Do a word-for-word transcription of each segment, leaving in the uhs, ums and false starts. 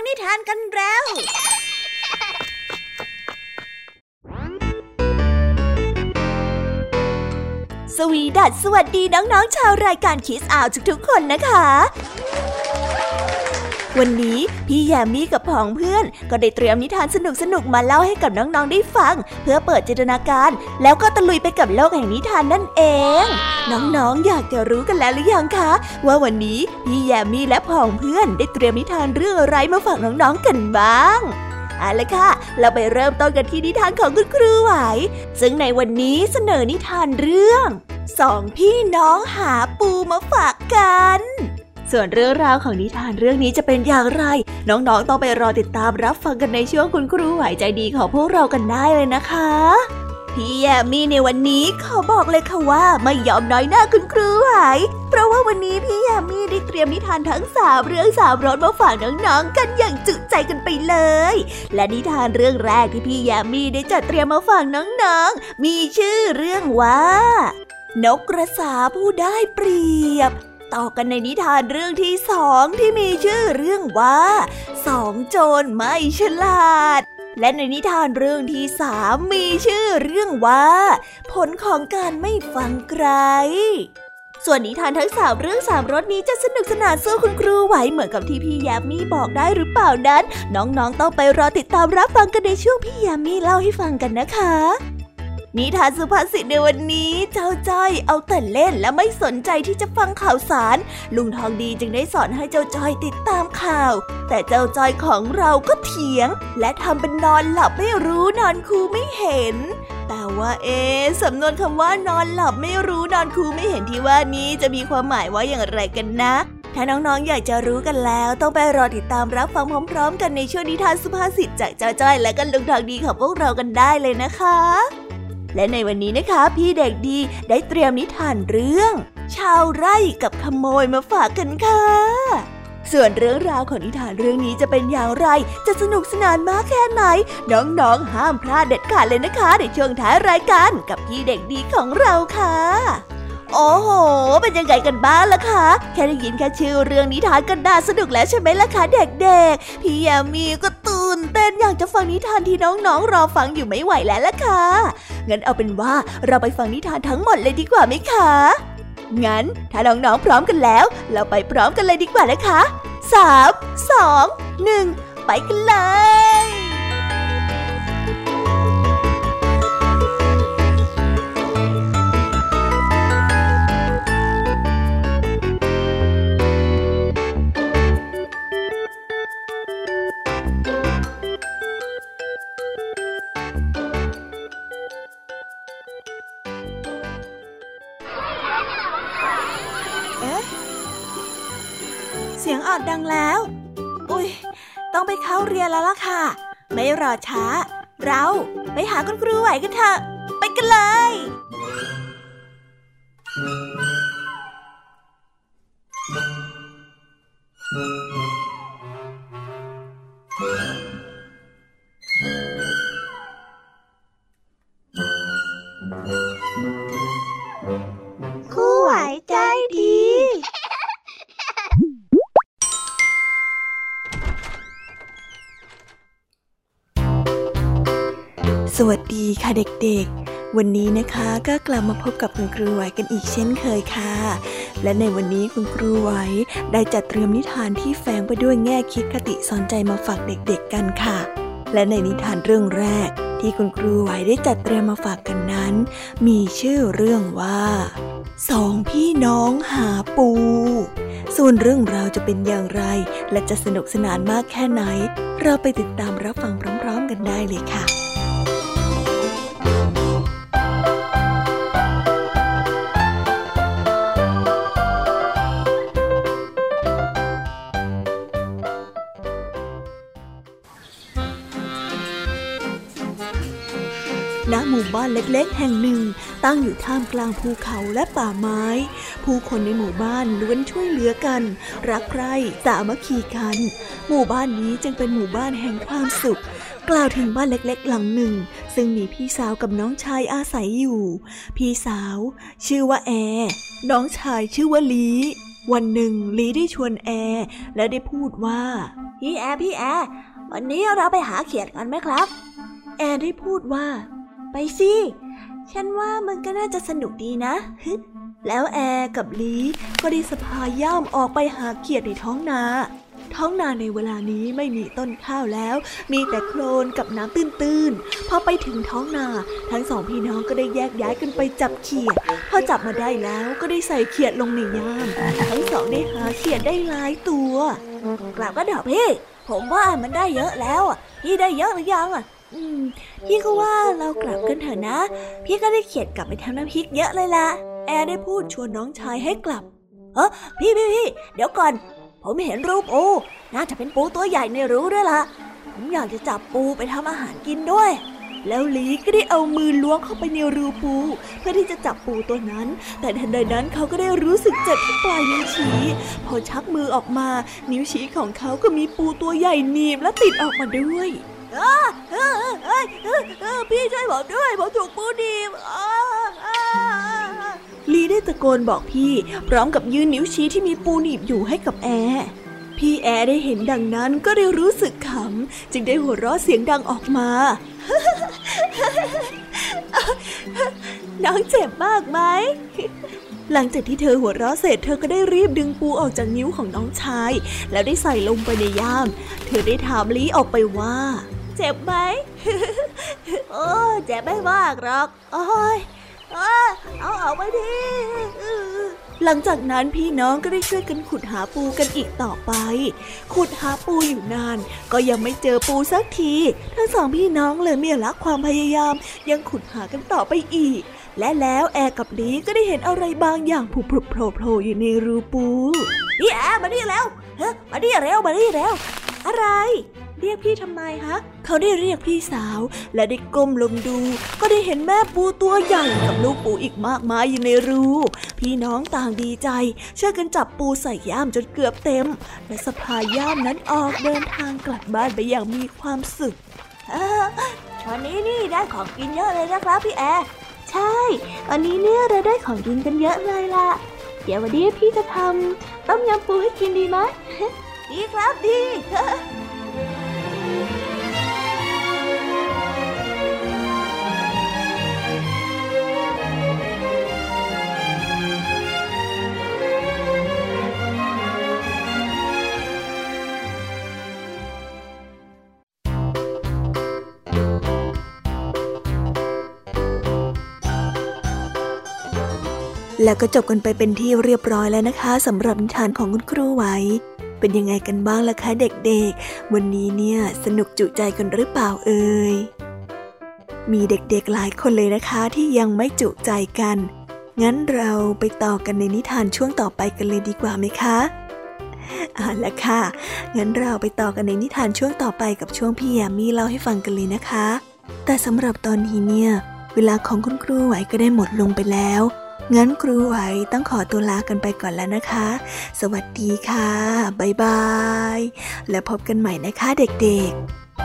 นิทานกันแล้วสวีดัสสวัสดีน้องๆชาวรายการคิสอาวทุกๆคนนะคะวันนี้พี่แยมมี่กับผองเพื่อนก็ได้เตรียมนิทานสนุกๆมาเล่าให้กับน้องๆได้ฟังเพื่อเปิดจินตนาการแล้วก็ตะลุยไปกับโลกแห่งนิทานนั่นเองน้องๆอยากจะรู้กันแล้วหรือยังคะว่าวันนี้พี่แยมมี่และผองเพื่อนได้เตรียมนิทานเรื่องอะไรมาฝากน้องๆกันบ้างเอาล่ะค่ะเราไปเริ่มต้นกันที่นิทานของคุณครูไหวซึ่งในวันนี้เสนอนิทานเรื่องสองพี่น้องหาปูมาฝากกันส่วนเรื่องราวของนิทานเรื่องนี้จะเป็นอย่างไรน้องๆต้องไปรอติดตามรับฟังกันในช่วงคุณครูไหวใจดีของพวกเรากันได้เลยนะคะพี่แยมมี่ในวันนี้ขอบอกเลยค่ะว่าไม่ยอมน้อยหน้าคุณครูไหวเพราะว่าวันนี้พี่แยมมี่ได้เตรียมนิทานทั้งสามเรื่องสามรสมาฝากน้องๆกันอย่างจุใจกันไปเลยและนิทานเรื่องแรกที่พี่แยมมี่ได้จัดเตรียมมาฝากน้องๆมีชื่อเรื่องว่านกกระสาผู้ได้เปรียบต่อกันในนิทานเรื่องที่สองที่มีชื่อเรื่องว่าสองโจรไม่ฉลาดและในนิทานเรื่องที่สามมีชื่อเรื่องว่าผลของการไม่ฟังใครส่วนนิทานทั้งสามเรื่องสามรสนี้จะสนุกสนานสู้คุณครูไหวเหมือนกับที่พี่แยมมี่บอกได้หรือเปล่านั้นน้องๆต้องไปรอติดตามรับฟังกันในช่วงพี่แยมมี่เล่าให้ฟังกันนะคะนิทานสุภาษิตในวันนี้เจ้าจ้อยเอาแต่เล่นและไม่สนใจที่จะฟังข่าวสารลุงทองดีจึงได้สอนให้เจ้าจ้อยติดตามข่าวแต่เจ้าจ้อยของเราก็เถียงและทำเป็นนอนหลับไม่รู้นอนคูไม่เห็นแต่ว่าเอ๊ะสำนวนคำว่านอนหลับไม่รู้นอนคูไม่เห็นที่ว่านี้จะมีความหมายว่าอย่างไรกันนะถ้าน้องๆอยากจะรู้กันแล้วต้องไปรอติดตามรับฟังพร้อมๆกันในช่วงนิทานสุภาษิตจากเจ้าจ้อยและก็ลุงทองดีของพวกเรากันได้เลยนะคะและในวันนี้นะคะพี่เด็กดีได้เตรียมนิทานเรื่องชาวไร่กับขโมยมาฝากกันค่ะส่วนเรื่องราวของนิทานเรื่องนี้จะเป็นอย่างไรจะสนุกสนานมากแค่ไหนน้องๆห้ามพลาดเด็ดขาดเลยนะคะในช่วงท้ายรายการกับพี่เด็กดีของเราค่ะโอ้โหเป็นยังไงกันบ้างล่ะคะแค่ได้ยินแค่ชื่อเรื่องนิทานก็น่าสนุกแล้วใช่ไหมล่ะคะเด็กๆพี่แยมมี่ก็ตื่นเต้นอยากจะฟังนิทานที่น้องๆรอฟังอยู่ไม่ไหวแล้วล่ะค่ะงั้นเอาเป็นว่าเราไปฟังนิทานทั้งหมดเลยดีกว่าไหมคะงั้นถ้าน้องๆพร้อมกันแล้วเราไปพร้อมกันเลยดีกว่านะคะสาม สอง หนึ่งไปกันเลยเสียงออดดังแล้วอุ๊ยต้องไปเข้าเรียนแล้วล่ะค่ะไม่รอช้าเราไปหาคุณครูไหวกันเถอะไปกันเลยครูไหวใจดีสวัสดีค่ะเด็กๆวันนี้นะคะก็กลับมาพบกับคุณครูไหวกันอีกเช่นเคยค่ะและในวันนี้คุณครูไหวได้จัดเตรียมนิทานที่แฝงไปด้วยแง่คิดคติสอนใจมาฝากเด็กๆกันค่ะและในนิทานเรื่องแรกที่คุณครูไหวได้จัดเตรียมมาฝากกันนั้นมีชื่อเรื่องว่าสองพี่น้องหาปูส่วนเรื่องราวจะเป็นอย่างไรและจะสนุกสนานมากแค่ไหนเราไปติดตามรับฟังพร้อมๆกันได้เลยค่ะณ หมู่บ้านเล็กๆแห่งหนึ่งตั้งอยู่ท่ามกลางภูเขาและป่าไม้ผู้คนในหมู่บ้านล้วนช่วยเหลือกันรักใคร่สามัคคีกันหมู่บ้านนี้จึงเป็นหมู่บ้านแห่งความสุขกล่าวถึงบ้านเล็กๆหลังหนึ่งซึ่งมีพี่สาวกับน้องชายอาศัยอยู่พี่สาวชื่อว่าแอน้องชายชื่อว่าลีวันหนึ่งลีได้ชวนแอและได้พูดว่าพี่แอร์พี่แอร์วันนี้เราไปหาเขียดกันไหมครับแอร์ได้พูดว่าไปสิฉันว่ามันก็น่าจะสนุกดีนะแล้วแอร์กับลีก็ได้สะพายย่ามออกไปหาเขียดในท้องนาท้องนาในเวลานี้ไม่มีต้นข้าวแล้วมีแต่โคลนกับน้ำตื้นๆพอไปถึงท้องนาทั้งสองพี่น้องก็ได้แยกย้ายกันไปจับเขียดพอจับมาได้แล้วก็ได้ใส่เขียดลงในย่ามทั้งสองได้หาเขียดได้หลายตัวกลับก็เถอะพี่ผมว่ามันได้เยอะแล้วอ่ะพี่ได้เยอะหรือยังอ่ะอืมพี่ก็ว่าเรากลับกันเถอะนะพี่ก็ได้เขียดกลับไปทำน้ำพริกเยอะเลยล่ะแอร์ได้พูดชวนน้องชายให้กลับเฮ้พี่พี่พี่เดี๋ยวก่อนผมเห็นรูปปูน่าจะเป็นปูตัวใหญ่ในรูด้วยล่ะผมอยากจะจับปูไปทำอาหารกินด้วยแล้วลีก็ได้เอามือล้วงเข้าไปในรูปูเพื่อที่จะจับปูตัวนั้นแต่ทันใดนั้นเขาก็ได้รู้สึกเจ็บที่ปลายนิ้วชี้พอชักมือออกมานิ้วชี้ของเขาก็มีปูตัวใหญ่หนีบและติดออกมาด้วยเออเออเออเออเออพี่ช่วยผมด้วยผมถูกปูหนีบลีได้ตะโกนบอกพี่พร้อมกับยื่นนิ้วชี้ที่มีปูหนีบอยู่ให้กับแอร์พี่แอร์ได้เห็นดังนั้นก็ได้รู้สึกขำจึงได้หัวเราะเสียงดังออกมา น้องเจ็บมากไหม หลังจากที่เธอหัวเราะเสร็จเธอก็ได้รีบดึงปูออกจากนิ้วของน้องชายแล้วได้ใส่ลงไปในย่ามเธอได้ถามลีออกไปว่าเจ็บไหม โอ้เจ็บไม่มากหรอกโอ้ยเอาออกไปทีหลังจากนั้นพี่น้องก็ได้ช่วยกันขุดหาปูกันอีกต่อไปขุดหาปูอยู่นานก็ยังไม่เจอปูสักทีทั้งสองพี่น้องเลยไม่ละความพยายามยังขุดหากันต่อไปอีกและแล้วแอร์กับลีก็ได้เห็นอะไรบางอย่างผุบๆโผล่ๆอยู่ในรูปูนี่แอร์มาดิแล้วเฮ้ยมาดิเร็วมาดิเร็วอะไรเรียกพี่ทำไมฮะเขาได้เรียกพี่สาวและได้ก้มลงดูก็ได้เห็นแม่ปูตัวใหญ่กับลูกปูอีกมากมายอยู่ในรูพี่น้องต่างดีใจช่วยกันจับปูใส่ย่ามจนเกือบเต็มและสะพายย่ามนั้นออกเดินทางกลับบ้านไปอย่างมีความสุขวันนี้นี่ได้ของกินเยอะเลยนะครับพี่แอร์ใช่วันนี้เนี่ยเราได้ของกินกันเยอะเลยล่ะเดี๋ยววันนี้พี่จะทำต้มยำปูให้กินดีไหม ดีครับดี แล้วก็จบกันไปเป็นที่เรียบร้อยแล้วนะคะสำหรับนิทานของคุณครูไหวเป็นยังไงกันบ้างล่ะคะเด็กๆวันนี้เนี่ยสนุกจุใจกันหรือเปล่าเอ่ยมีเด็กๆหลายคนเลยนะคะที่ยังไม่จุใจกันงั้นเราไปต่อกันในนิทานช่วงต่อไปกันเลยดีกว่าไหมคะเอาล่ะค่ะงั้นเราไปต่อกันในนิทานช่วงต่อไปกับช่วงพี่แยมมี่เล่าให้ฟังกันเลยนะคะแต่สำหรับตอนนี้เนี่ยเวลาของคุณครูไหวก็ได้หมดลงไปแล้วงั้นครูไหวต้องขอตัวลากันไปก่อนแล้วนะคะสวัสดีค่ะบ๊ายบายแล้วพบกันใหม่นะคะเด็กๆ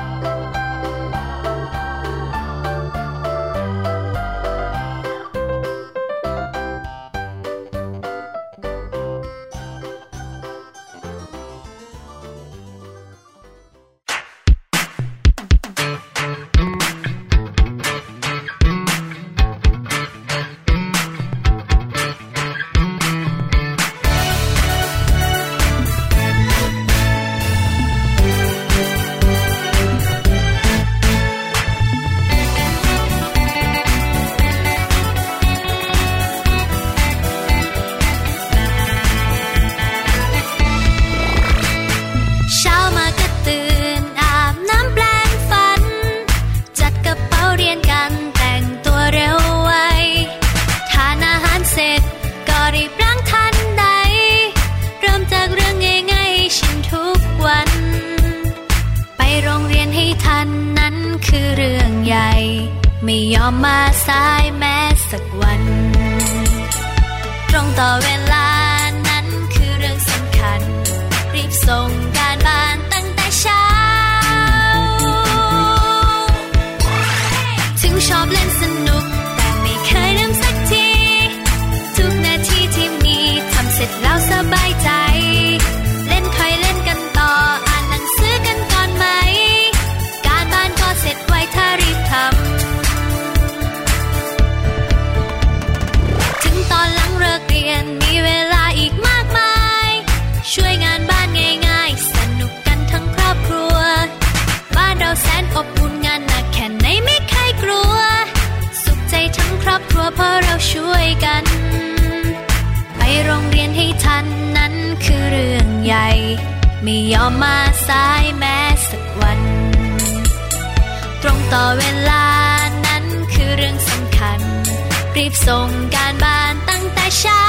ไม่ยอมมาสายแม้สักวันตรงต่อเวลานั้นคือเรื่องสำคัญรีบส่งการบ้านตั้งแต่เช้าถึงชอบเล่นสนุกแต่ไม่เคยลืมสักทีทุกนาทีที่มีทำเสร็จแล้วสบายใจเล่นค่อยเล่นกันต่ออ่านหนังสือช่วยกันไปโรงเรียนให้ทันนั้นคือเรื่องใหญ่ไม่ยอมมาสายแม้สักวันตรงต่อเวลานั้นคือเรื่องสำคัญรีบส่งการบ้านตั้งแต่เช้า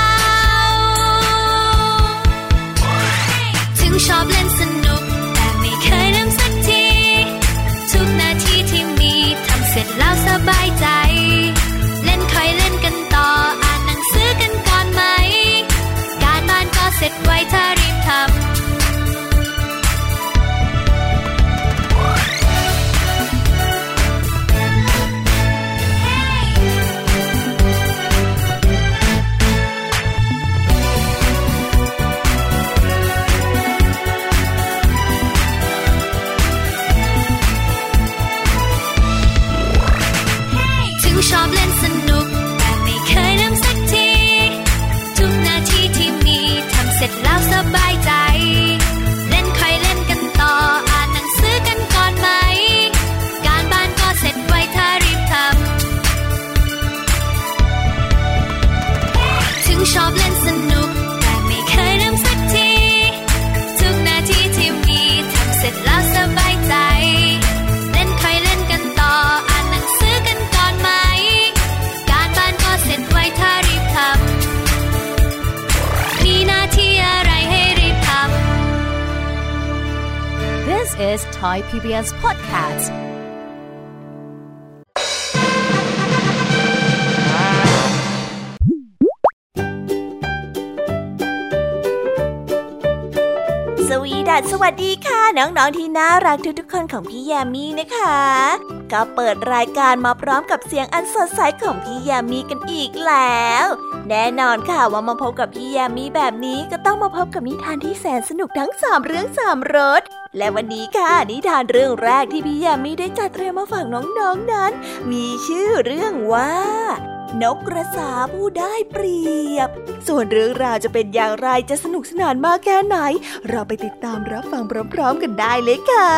ถึงชอบเล่นสนุกแต่ไม่เคยลืมสักทีทุกนาทีที่มีทำเสร็จแล้วสบายใจเล่นค่อยเล่นกันต่ออ่านหนังสือกันก่อนไหมการบ้านก็เสร็จไวถ้ารีบทำชอบเล่นสนุกแต่ไม่เคยลืมสักทีทุกนาทีที่มีทำเสร็จแล้วสบายใจเล่นค่อยเล่นกันต่ออ่านหนังสือกันก่อนไหมการบ้านก็เสร็จไวถ้ารีบทำถึงชอบเล่นสนุกแต่ไม่เคยลืมสักทีทุกนาทีที่มีทำเสร็จแล้วสบายใจเล่นค่อยเล่นกันต่ออ่านหนังสือกันก่อนไหมการบ้านก็เสร็จไวถ้ารีบทำมีหน้าที่อะไรให้รีบทำ This is Thai พี บี เอส Podcast สวีดัสสวัสดีค่ะน้องๆที่น่ารักทุกๆคนของพี่แยมมี่นะคะก็เปิดรายการมาพร้อมกับเสียงอันสดใสของพี่แยมมี่กันอีกแล้วแน่นอนค่ะว่ามาพบกับพี่แยมมี่แบบนี้ก็ต้องมาพบกับนิทานที่แสนสนุกทั้งสามเรื่องสามรสและวันนี้ค่ะนิทานเรื่องแรกที่พี่แยมมี่ได้จัดเตรียมมาฝากน้องๆ น, นั้นมีชื่อเรื่องว่านกกระสาผู้ได้เปรียบส่วนเรื่องราวจะเป็นอย่างไรจะสนุกสนานมากแค่ไหนเราไปติดตามรับฟังพร้อมๆกันได้เลยค่ะ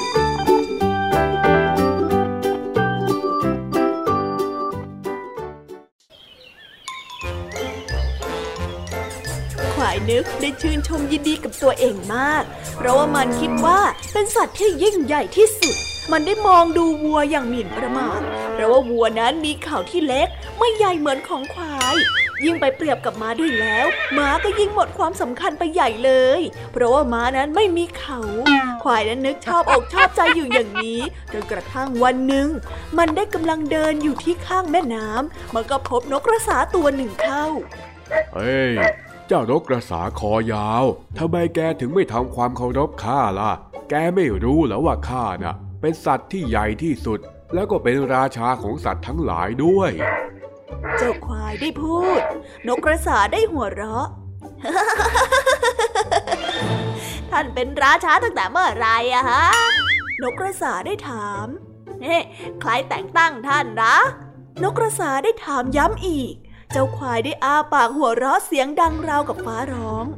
ควายนึกได้ชื่นชมยินดีกับตัวเองมากเพราะว่ามันคิดว่าเป็นสัตว์ที่ยิ่งใหญ่ที่สุดมันได้มองดูวัวอย่างหมิ่นประมาทเพราะว่าวัวนั้นมีเขาที่เล็กไม่ใหญ่เหมือนของควายยิ่งไปเปรียบกับม้าด้วยแล้วม้าก็ยิ่งหมดความสำคัญไปใหญ่เลยเพราะว่าม้านั้นไม่มีเขาควายนั้นนึกชอบอกชอบใจอยู่อย่างนี้จนกระทั่งวันหนึ่งมันได้กำลังเดินอยู่ที่ข้างแม่น้ำมันก็พบนกกระสาตัวหนึ่งเข้าเฮ้ยเจ้านกกระสาคอยาวทำไมแกถึงไม่ทำความเคารพข้าล่ะแกไม่รู้เหรอว่าข้าน่ะเป็นสัตว์ที่ใหญ่ที่สุดแล้วก็เป็นราชาของสัตว์ทั้งหลายด้วยเจ้าควายได้พูดนกกระสาได้หัวเราะ ท่านเป็นราชาตั้งแต่เมื่อไรอะฮะนกกระสาได้ถามนี่ใครแต่งตั้งท่านนะนกกระสาได้ถามย้ำอีกเจ้าควายได้อ้าปากหัวเราะเสียงดังราวกับฟ้าร้อง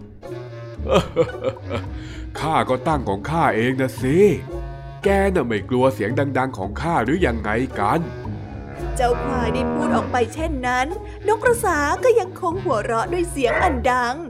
ข้าก็ตั้งของข้าเองนะสิแกน่ะไม่กลัวเสียงดังๆของข้าหรือยังไงกันเจ้าควายได้พูดออกไปเช่นนั้นนกกระสาก็ยังคงหัวเราะด้วยเสียงอันดัง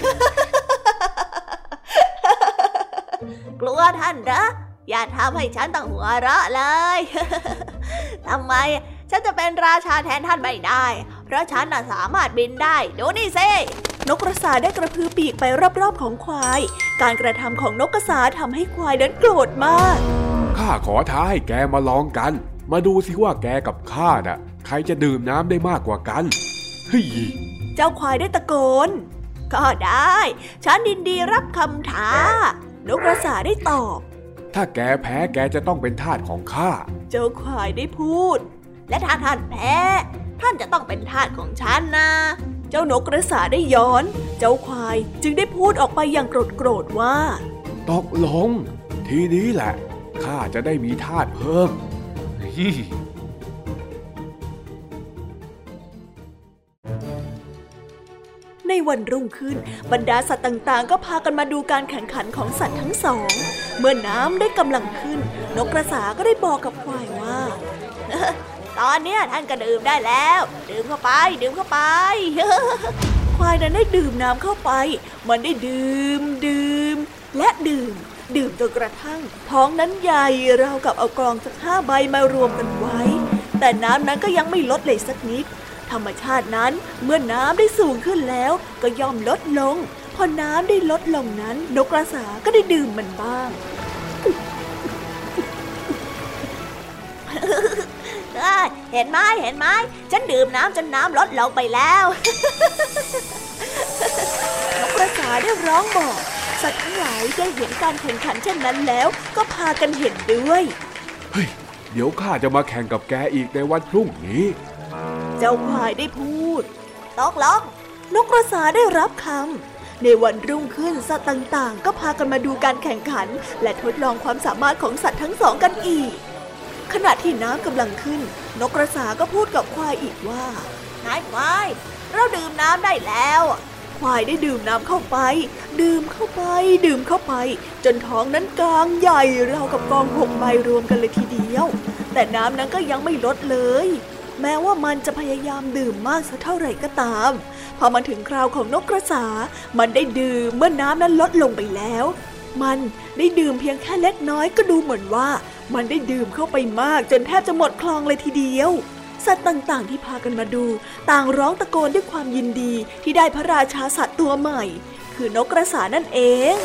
กลัวท่านเหรออย่าทำให้ฉันต้องหัวเราะเลย ทำไมฉันจะเป็นราชาแทนท่านไม่ได้เพราะฉันน่ะสามารถบินได้ดูนี่สินกกระสาได้กระพือปีกไปรอบๆของควายการกระทำของนกกระสาทำให้ควายนั้นโกรธมากข้าขอท้าให้แกมาลองกันมาดูสิว่าแกกับข้าน่ะใครจะดื่มน้ำได้มากกว่ากันเฮ้ยเจ้าควายได้ตะโกนก็ได้ฉันยินดีรับคำท้านกกระสาได้ตอบถ้าแกแพ้แกจะต้องเป็นทาสของข้าเจ้าควายได้พูดและถ้าท่านแพ้ท่านจะต้องเป็นทาสของฉันนะเจ้านกกระสาได้ย้อนเจ้าควายจึงได้พูดออกไปอย่างโกรธๆว่าตกลงทีนี้แหละข้าจะได้มีทาสเพิ่มในวันรุ่งขึ้นบรรดาสัตว์ต่างๆก็พากันมาดูการแข่งขันของสัตว์ทั้งสองเมื่อน้ำได้กำลังขึ้นนกกระสาก็ได้บอกกับควายว่าตอนเนี้ยท่านก็ดื่มได้แล้วดื่มเข้าไปดื่มเข้าไป ควายนั้นได้ดื่มน้ำเข้าไปมันได้ดื่มดื่มและดื่มดื่มจนกระทั่งท้องนั้นใหญ่ราวกับเอากลองสักห้าใบมารวมกันไว้แต่น้ำนั้นก็ยังไม่ลดเลยสักนิดธรรมชาตินั้นเมื่อน้ำได้สูงขึ้นแล้วก็ย่อมลดลงพอน้ำได้ลดลงนั้นนกกระสาก็ได้ดื่มมันบ้าง เห็นไหมเห็นไหมฉันดื่มน้ำจนน้ำลดลงไปแล้ว นกกระสาได้ร้องบอกสัตว์ทั้งหลายได้เห็นการแข่งขันเช่นนั้นแล้วก็พากันเห็นด้วยเฮ้ยเดี๋ยวข้าจะมาแข่งกับแกอีกในวันพรุ่งนี้เจ้าควายได้พูดตกลงนกกระสาได้รับคำในวันรุ่งขึ้นสัตว์ต่างๆก็พากันมาดูการแข่งขันและทดลองความสามารถของสัตว์ทั้งสองกันอีกขณะที่น้ำกำลังขึ้นนกกระสาก็พูดกับควายอีกว่านายควายเราดื่มน้ำได้แล้วควายได้ดื่มน้ำเข้าไปดื่มเข้าไปดื่มเข้าไปจนท้องนั้นกลางใหญ่ราวกับกองหกใบรวมกันเลยทีเดียวแต่น้ำนั้นก็ยังไม่ลดเลยแม้ว่ามันจะพยายามดื่มมากสักเท่าไหร่ก็ตามพอมาถึงคราวของนกกระสามันได้ดื่มเมื่อน้ำนั้นลดลงไปแล้วมันได้ดื่มเพียงแค่เล็กน้อยก็ดูเหมือนว่ามันได้ดื่มเข้าไปมากจนแทบจะหมดคลองเลยทีเดียวสัตว์ต่างๆที่พากันมาดูต่างร้องตะโกนด้วยความยินดีที่ได้พระราชาสัตว์ตัวใหม่คือนกกระสานั่นเอง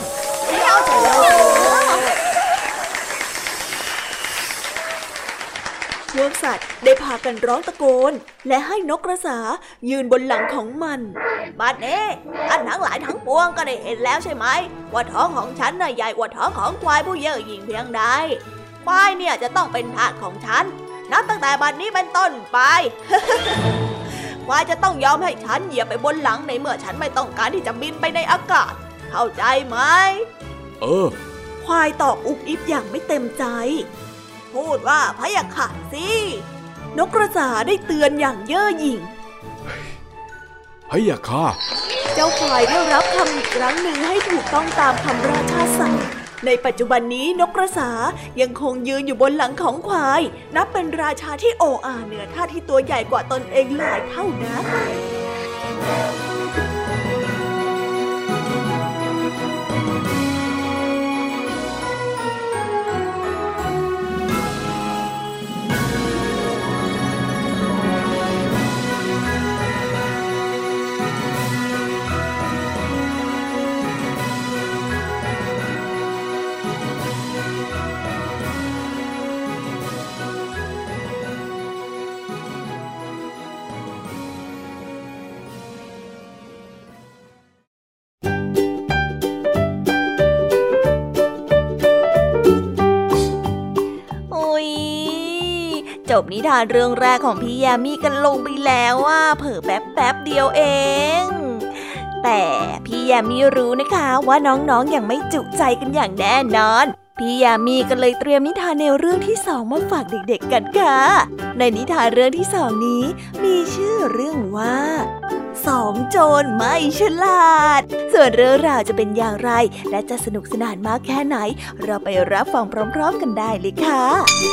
พวกสัตว์ได้พากันร้องตะโกนและให้นกกระสายืนบนหลังของมันบัดนี้ท่านทั้งหลายทั้งปวงก็ได้เห็นแล้วใช่ไหมว่าท้องของฉันน่ะใหญ่กว่าท้องของควายผู้เย่อหยิ่งเพียงใดควายเนี่ยจะต้องเป็นทาสของฉันนับตั้งแต่บัดนี้เป็นต้นไป ควายจะต้องยอมให้ฉันเหยียบไปบนหลังในเมื่อฉันไม่ต้องการที่จะบินไปในอากาศเข้าใจไหมเออควายตอบอุบอิบอย่างไม่เต็มใจพูดว่าพะยะค่ะสินกกระสาได้เตือนอย่างเย่อหยิ่งพะยะค่ะเจ้าควายได้รับคำอีกครั้งหนึ่งให้ถูกต้องตามคำราชาสั่งในปัจจุบันนี้นกกระสายังคงยืนอยู่บนหลังของควายนับเป็นราชาที่โอ้อาเหนือทาสที่ตัวใหญ่กว่าตนเองหลายเท่านักจบนิทานเรื่องแรกของพี่ยามีกันลงไปแล้วว่าเผลอแป๊บแป๊บเดียวเองแต่พี่ยามีรู้นะคะว่าน้องๆยังไม่จุใจกันอย่างแน่นอนพี่ยามีก็เลยเตรียมนิทานแนวเรื่องที่สองมาฝากเด็กๆกันค่ะในนิทานเรื่องที่สองนี้มีชื่อเรื่องว่าสองโจรไม่ฉลาดส่วนเรื่องราวจะเป็นอย่างไรและจะสนุกสนานมากแค่ไหนเราไปรับฟังพร้อมๆกันได้เลยค่ะ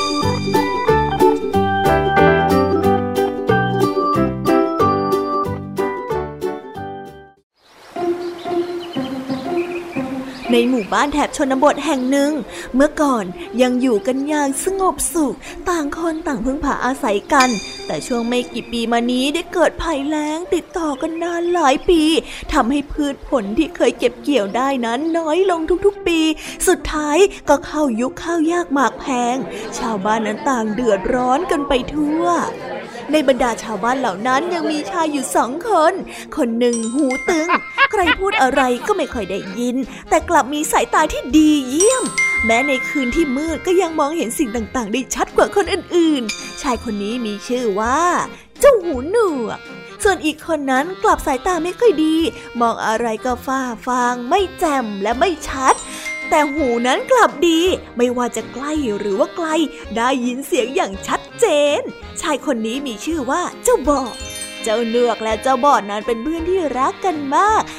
ในหมู่บ้านแถบชนบทแห่งหนึ่งเมื่อก่อนยังอยู่กันอย่างสงบสุขต่างคนต่างพึ่งพาอาศัยกันแต่ช่วงไม่กี่ปีมานี้ได้เกิดภัยแล้งติดต่อกันนานหลายปีทำให้พืชผลที่เคยเก็บเกี่ยวได้นั้นน้อยลงทุกๆปีสุดท้ายก็เข้ายุคข้าวยากหมากแพงชาวบ้านนั้นต่างเดือดร้อนกันไปทั่วในบรรดาชาวบ้านเหล่านั้นยังมีชายอยู่สองคนคนหนึ่งหูตึงใครพูดอะไรก็ไม่ค่อยได้ยินแต่กลับมีสายตาที่ดีเยี่ยมแม้ในคืนที่มืดก็ยังมองเห็นสิ่งต่างๆได้ชัดกว่าคนอื่นๆชายคนนี้มีชื่อว่าเจ้าหูหนวกส่วนอีกคนนั้นกลับสายตาไม่ค่อยดีมองอะไรก็ฟ้าฟางไม่แจ่มและไม่ชัดแต่หูนั้นกลับดีไม่ว่าจะใกล้หรือว่าไกลได้ยินเสียงอย่างชัดเจนชายคนนี้มีชื่อว่าเจ้าบอดเจ้าเนือกและเจ้าบอดนั้นเป็นเพื่อนที่รักกันมาก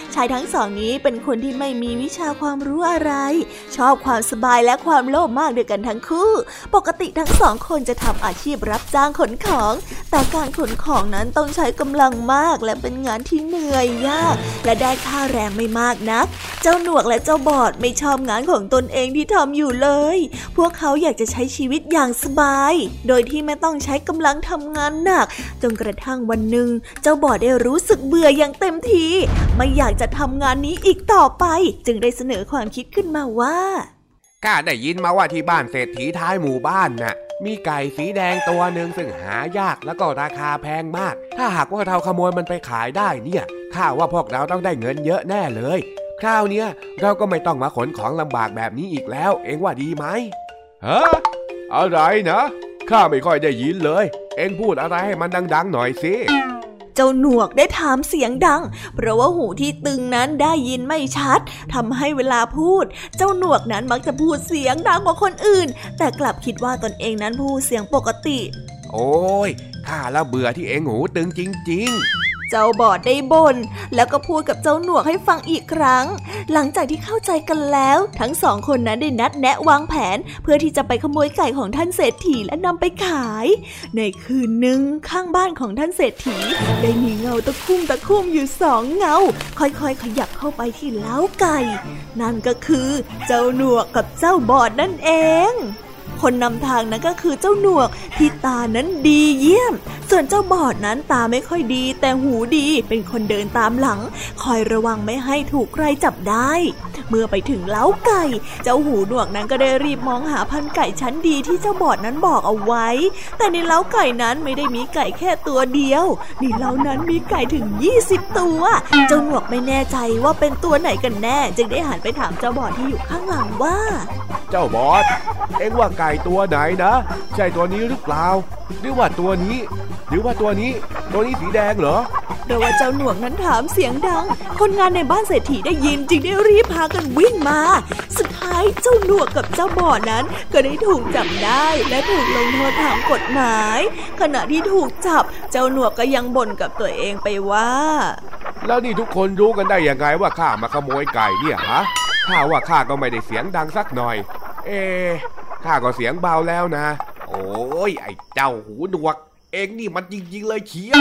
ชายทั้งสองนี้เป็นคนที่ไม่มีวิชาความรู้อะไรชอบความสบายและความโลภมากด้วยกันทั้งคู่ปกติทั้งสองคนจะทำอาชีพรับจ้างขนของแต่การขนของนั้นต้องใช้กำลังมากและเป็นงานที่เหนื่อยยากและได้ค่าแรงไม่มากนักเจ้าหนวกและเจ้าบอดไม่ชอบงานของตนเองที่ทำอยู่เลยพวกเขาอยากจะใช้ชีวิตอย่างสบายโดยที่ไม่ต้องใช้กำลังทำงานหนักจนกระทั่งวันหนึ่งเจ้าบอดได้รู้สึกเบื่ออย่างเต็มทีไม่อยากจะทำงานนี้อีกต่อไปจึงได้เสนอความคิดขึ้นมาว่าข้าได้ยินมาว่าที่บ้านเศรษฐีท้ายหมู่บ้านน่ะมีไก่สีแดงตัวหนึ่งซึ่งหายากแล้วก็ราคาแพงมากถ้าหากว่าเราขโมยมันไปขายได้เนี่ยข้าว่าพวกเราต้องได้เงินเยอะแน่เลยคราวเนี้ยเราก็ไม่ต้องมาขนของลำบากแบบนี้อีกแล้วเอ็งว่าดีไหมฮะอะไรนะข้าไม่ค่อยได้ยินเลยเอ็งพูดอะไรให้มันดังๆหน่อยสิเจ้าหนวกได้ถามเสียงดังเพราะว่าหูที่ตึงนั้นได้ยินไม่ชัดทำให้เวลาพูดเจ้าหนวกนั้นมักจะพูดเสียงดังกว่าคนอื่นแต่กลับคิดว่าตนเองนั้นพูดเสียงปกติโอ้ยข้าละเบื่อที่เอ็งหูตึงจริงๆเจ้าบอดได้บ่นแล้วก็พูดกับเจ้าหนวกให้ฟังอีกครั้งหลังจากที่เข้าใจกันแล้วทั้งสองคนนั้นได้นัดแนะวางแผนเพื่อที่จะไปขโมยไก่ของท่านเศรษฐีและนำไปขายในคืนหนึ่งข้างบ้านของท่านเศรษฐีได้มีเงาตะคุ่มตะคุ่มอยู่สองเงาค่อยๆขยับเข้าไปที่เล้าไก่นั่นก็คือเจ้าหนวกกับเจ้าบอดนั่นเองคนนำทางนั้นก็คือเจ้าหนวกที่ตานั้นดีเยี่ยมส่วนเจ้าบอดนั้นตาไม่ค่อยดีแต่หูดีเป็นคนเดินตามหลังคอยระวังไม่ให้ถูกใครจับได้เมื่อไปถึงเล้าไก่เจ้าหูหนวกนั้นก็ได้รีบมองหาพันไก่ชั้นดีที่เจ้าบอดนั้นบอกเอาไว้แต่ในเล้าไก่นั้นไม่ได้มีไก่แค่ตัวเดียวในเล้านั้นมีไก่ถึงยี่สิบตัวเจ้าหนวกไม่แน่ใจว่าเป็นตัวไหนกันแน่จึงได้หันไปถามเจ้าบอดที่อยู่ข้างหลังว่าเจ้าบอดเอ็งว่าไก่ตัวไหนนะใช่ตัวนี้หรือเปล่าหรือว่าตัวนี้หรือว่าตัวนี้ตัวนี้สีแดงเหรอเพราะว่าเจ้าหนวกนั้นถามเสียงดังคนงานในบ้านเศรษฐีได้ยินจึงได้รีบพากันวิ่งมาสุดท้ายเจ้าหนวกกับเจ้าบอดนั้นก็ได้ถูกจับได้และถูกลงโทษทางกฎหมายขณะที่ถูกจับเจ้าหนวกก็ยังบ่นกับตัวเองไปว่าแล้วนี่ทุกคนรู้กันได้ยังไงว่าข้ามาขโมยไก่เนี่ยฮะข้าว่าข้าก็ไม่ได้เสียงดังสักหน่อยเอ๊ะข้าก็เสียงเบาแล้วนะโอ้ยไอ้เจ้าหูหนวกเอ็งนี่มันจริงๆเลยเชียว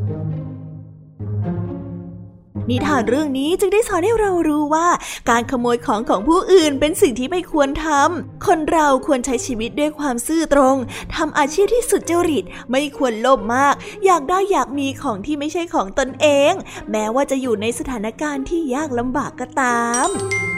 นิทานเรื่องนี้จึงได้สอนให้เรารู้ว่าการขโมยของของผู้อื่นเป็นสิ่งที่ไม่ควรทำคนเราควรใช้ชีวิตด้วยความซื่อตรงทำอาชีพที่สุจริตไม่ควรโลภมากอยากได้อยากมีของที่ไม่ใช่ของตนเองแม้ว่าจะอยู่ในสถานการณ์ที่ยากลำบากก็ตาม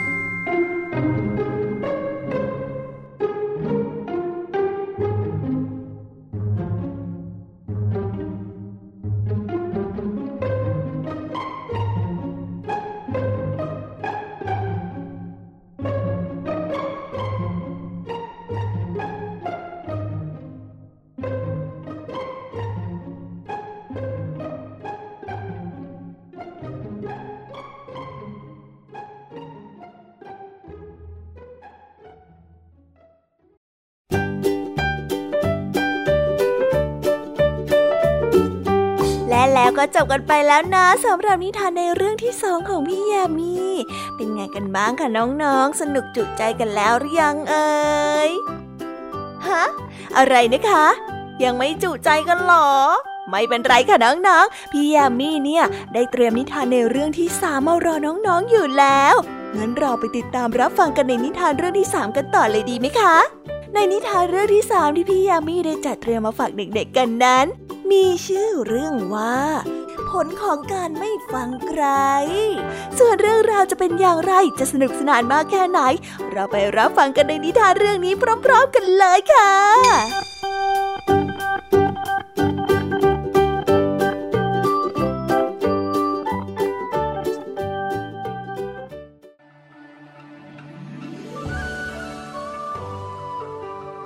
แล้วก็จบกันไปแล้วนะสำหรับนิทานในเรื่องที่สองของพี่ยามีเป็นไงกันบ้างคะน้องๆสนุกจุใจกันแล้วหรือยังเอ่ยฮะอะไรนะคะยังไม่จุใจกันหรอไม่เป็นไรค่ะน้องๆพี่ยามีเนี่ยได้เตรียมนิทานในเรื่องที่สามมารอน้องๆอยู่แล้วงั้นเราไปติดตามรับฟังกันในนิทานเรื่องที่สามกันต่อเลยดีไหมคะในนิทานเรื่องที่สามที่พี่ยามีได้จัดเตรียมมาฝากเด็กๆกันนั้นมีชื่อเรื่องว่าผลของการไม่ฟังใครส่วนเรื่องราวจะเป็นอย่างไรจะสนุกสนานมากแค่ไหนเราไปรับฟังกันในนิทานเรื่องนี้พร้อมๆกันเลยค่ะ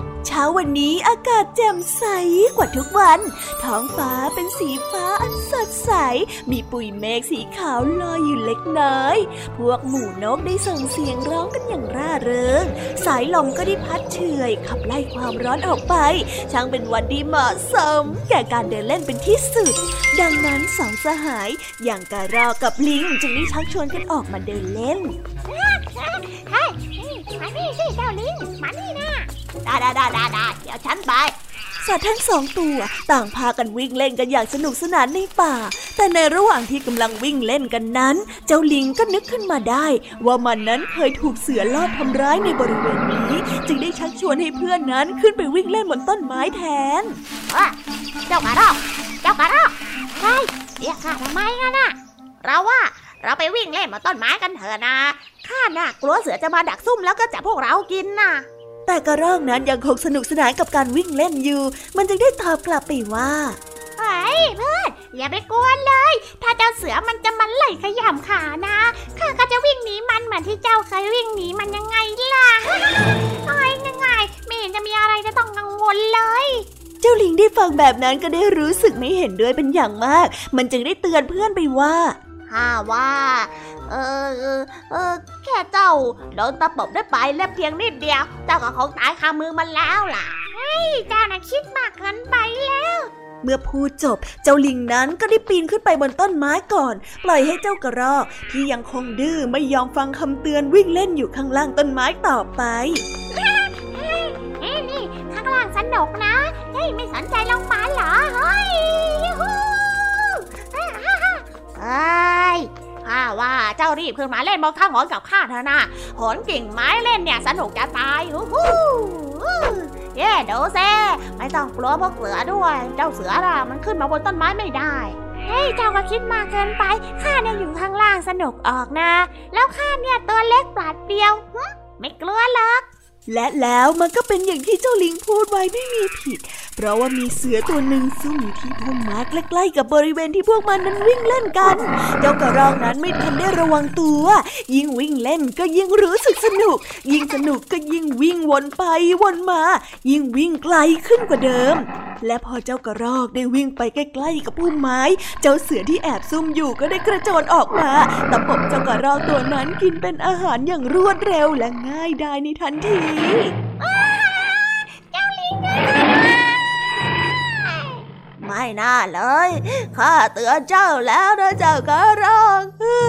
เช้าวันนี้อากาศแจ่มใสกว่าทุกวันท้องฟ้าเป็นสีฟ้าอันสดใสมีปุยเมฆสีขาวลอยอยู่เล็กน้อยพวกหมู่นกได้ส่งเสียงร้องกันอย่างร่าเริงสายลมก็ได้พัดเฉยขับไล่ความร้อนออกไปช่างเป็นวันที่เหมาะสมแก่การเดินเล่นเป็นที่สุดดังนั้นสองสหายอย่างกระรอกกับลิงจึงได้ชักชวนกันออกมาเดินเล่นเฮ้ยมานี่สิเจ้าลิงมานี่นะได้ได้ได้ได้เดี๋ยวฉันไปสัตว์ทั้งสองตัวต่างพากันวิ่งเล่นกันอย่างสนุกสนานในป่าแต่ในระหว่างที่กำลังวิ่งเล่นกันนั้นเจ้าลิงก็นึกขึ้นมาได้ว่ามันนั้นเคยถูกเสือลอบทำร้ายในบริเวณนี้จึงได้ชักชวนให้เพื่อนนั้นขึ้นไปวิ่งเล่นบนต้นไม้แทนเจ้ากระรอกเจ้ากระรอกใช่เรียกข้าทำไมกันน่ะเราว่าเราไปวิ่งเล่นบนต้นไม้กันเถอะนะข้าน่ะกลัวเสือจะมาดักซุ่มแล้วก็จับพวกเรากินน่ะแต่กระรอกนั้นยังคงสนุกสนานกับการวิ่งเล่นอยู่มันจึงได้ตอบกลับไปว่าเฮ้ยเพื่อนอย่าไปกวนเลยถ้าเจ้าเสือมันจะมาไล่ขย่ำขานะข้าก็จะวิ่งหนีมันเหมือนที่เจ้าเคยวิ่งหนีมันยังไงล่ะโอ้ยง่ายๆไม่เห็นจะมีอะไรจะต้องกังวลเลยเจ้าลิงได้ฟังแบบนั้นก็ได้รู้สึกไม่เห็นด้วยเป็นอย่างมากมันจึงได้เตือนเพื่อนไปว่าฮ่าว่าเออเออเออแค่เจ้าโดนตะปบได้ไปเล็บเพียงนิดเดียวเจ้าก็คงตายคามือมันแล้วล่ะเฮ้ยเจ้าน่ะคิดมากเกินไปแล้วเมื่อพูดจบเจ้าลิงนั้นก็ได้ปีนขึ้นไปบนต้นไม้ก่อนปล่อยให้เจ้ากระรอกที่ยังคงดื้อไม่ยอมฟังคำเตือนวิ่งเล่นอยู่ข้างล่างต้นไม้ต่อไปเฮ้ยนี่ข้างล่างสนุกนะเฮ้ยไม่สนใจลงมาเหรอเฮ้ยเฮ้ยข้าว่าเจ้ารีบขึ้นมาเล่นบนข้างหอนกับข้าเถอะนะหอนกิ่งไม้เล่นเนี่ยสนุกจะตายฮู้ฮู้เย่ดูเซ่ไม่ต้องกลัวพวกเสือด้วยเจ้าเสือน่ะมันขึ้นมาบนต้นไม้ไม่ได้เฮ้ยเจ้าก็คิดมากเกินไปข้าเนี่ยอยู่ข้างล่างสนุกออกนะแล้วข้าเนี่ยตัวเล็กปราดเปรียวไม่กลัวหรอกและแล้วมันก็เป็นอย่างที่เจ้าลิงพูดไว้ไม่มีผิดเพราะว่ามีเสือตัวหนึ่งซุ่มอยู่ที่พุ่มไม้ใกล้ๆกับบริเวณที่พวกมันนั้นวิ่งเล่นกันเจ้ากระรอกนั้นไม่ทันได้ระวังตัวยิ่งวิ่งเล่นก็ยิ่งรู้สึกสนุกยิ่งสนุกก็ยิ่งวิ่งวนไปวนมายิ่งวิ่งไกลขึ้นกว่าเดิมและพอเจ้ากระรอกได้วิ่งไปใกล้ๆกับพุ่มไม้เจ้าเสือที่แอบซุ่มอยู่ก็ได้กระโจนออกมาตะปบเจ้ากระรอกตัวนั้นกินเป็นอาหารอย่างรวดเร็วและง่ายดายในทันทีเจ้าลิงไม่น่าเลยข้าเตือนเจ้าแล้วนะเจ้ากระรอก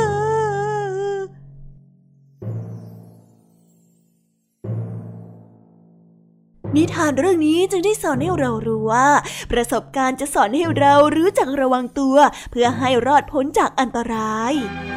นิทานเรื่องนี้จึงได้สอนให้เรารู้ว่าประสบการณ์จะสอนให้เรารู้จักระวังตัวเพื่อให้รอดพ้นจากอันตราย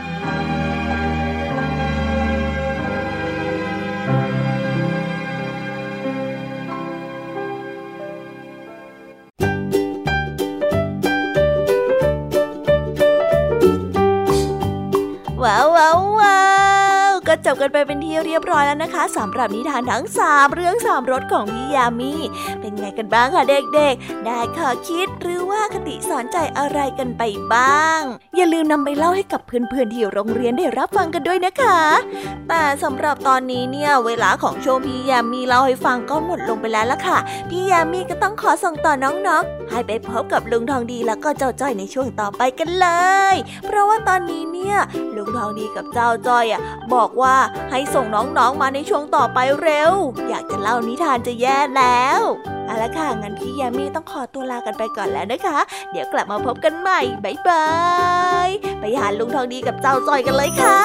ว้าวว้าวว้าวก็จบกันไปเป็นที่เรียบร้อยแล้วนะคะสำหรับนิทานทั้งสามเรื่องสามรสของพี่ยามีเป็นไงกันบ้างคะเด็กๆได้ข้อคิดหรือว่าคติสอนใจอะไรกันไปบ้างอย่าลืมนำไปเล่าให้กับเพื่อนๆที่โรงเรียนได้รับฟังกันด้วยนะคะแต่สำหรับตอนนี้เนี่ยเวลาของโชว์พี่ยามีเล่าให้ฟังก็หมดลงไปแล้วล่ะค่ะพี่ยามีก็ต้องขอส่งต่อน้องๆให้ไปพบกับลุงทองดีแล้วก็เจ้าจ้อยในช่วงต่อไปกันเลยเพราะว่าตอนนี้เนี่ยลุงทองดีกับเจ้าจ้อยอ่ะบอกว่าให้ส่งน้องๆมาในช่วงต่อไปเร็วอยากจะเล่านิทานจะแย่แล้วเอาละค่ะงั้นพี่ยามีต้องขอตัวลากันไปก่อนแล้วนะคะเดี๋ยวกลับมาพบกันใหม่บ๊ายบายไปหาลุงทองดีกับเจ้าจ้อยกันเลยค่ะ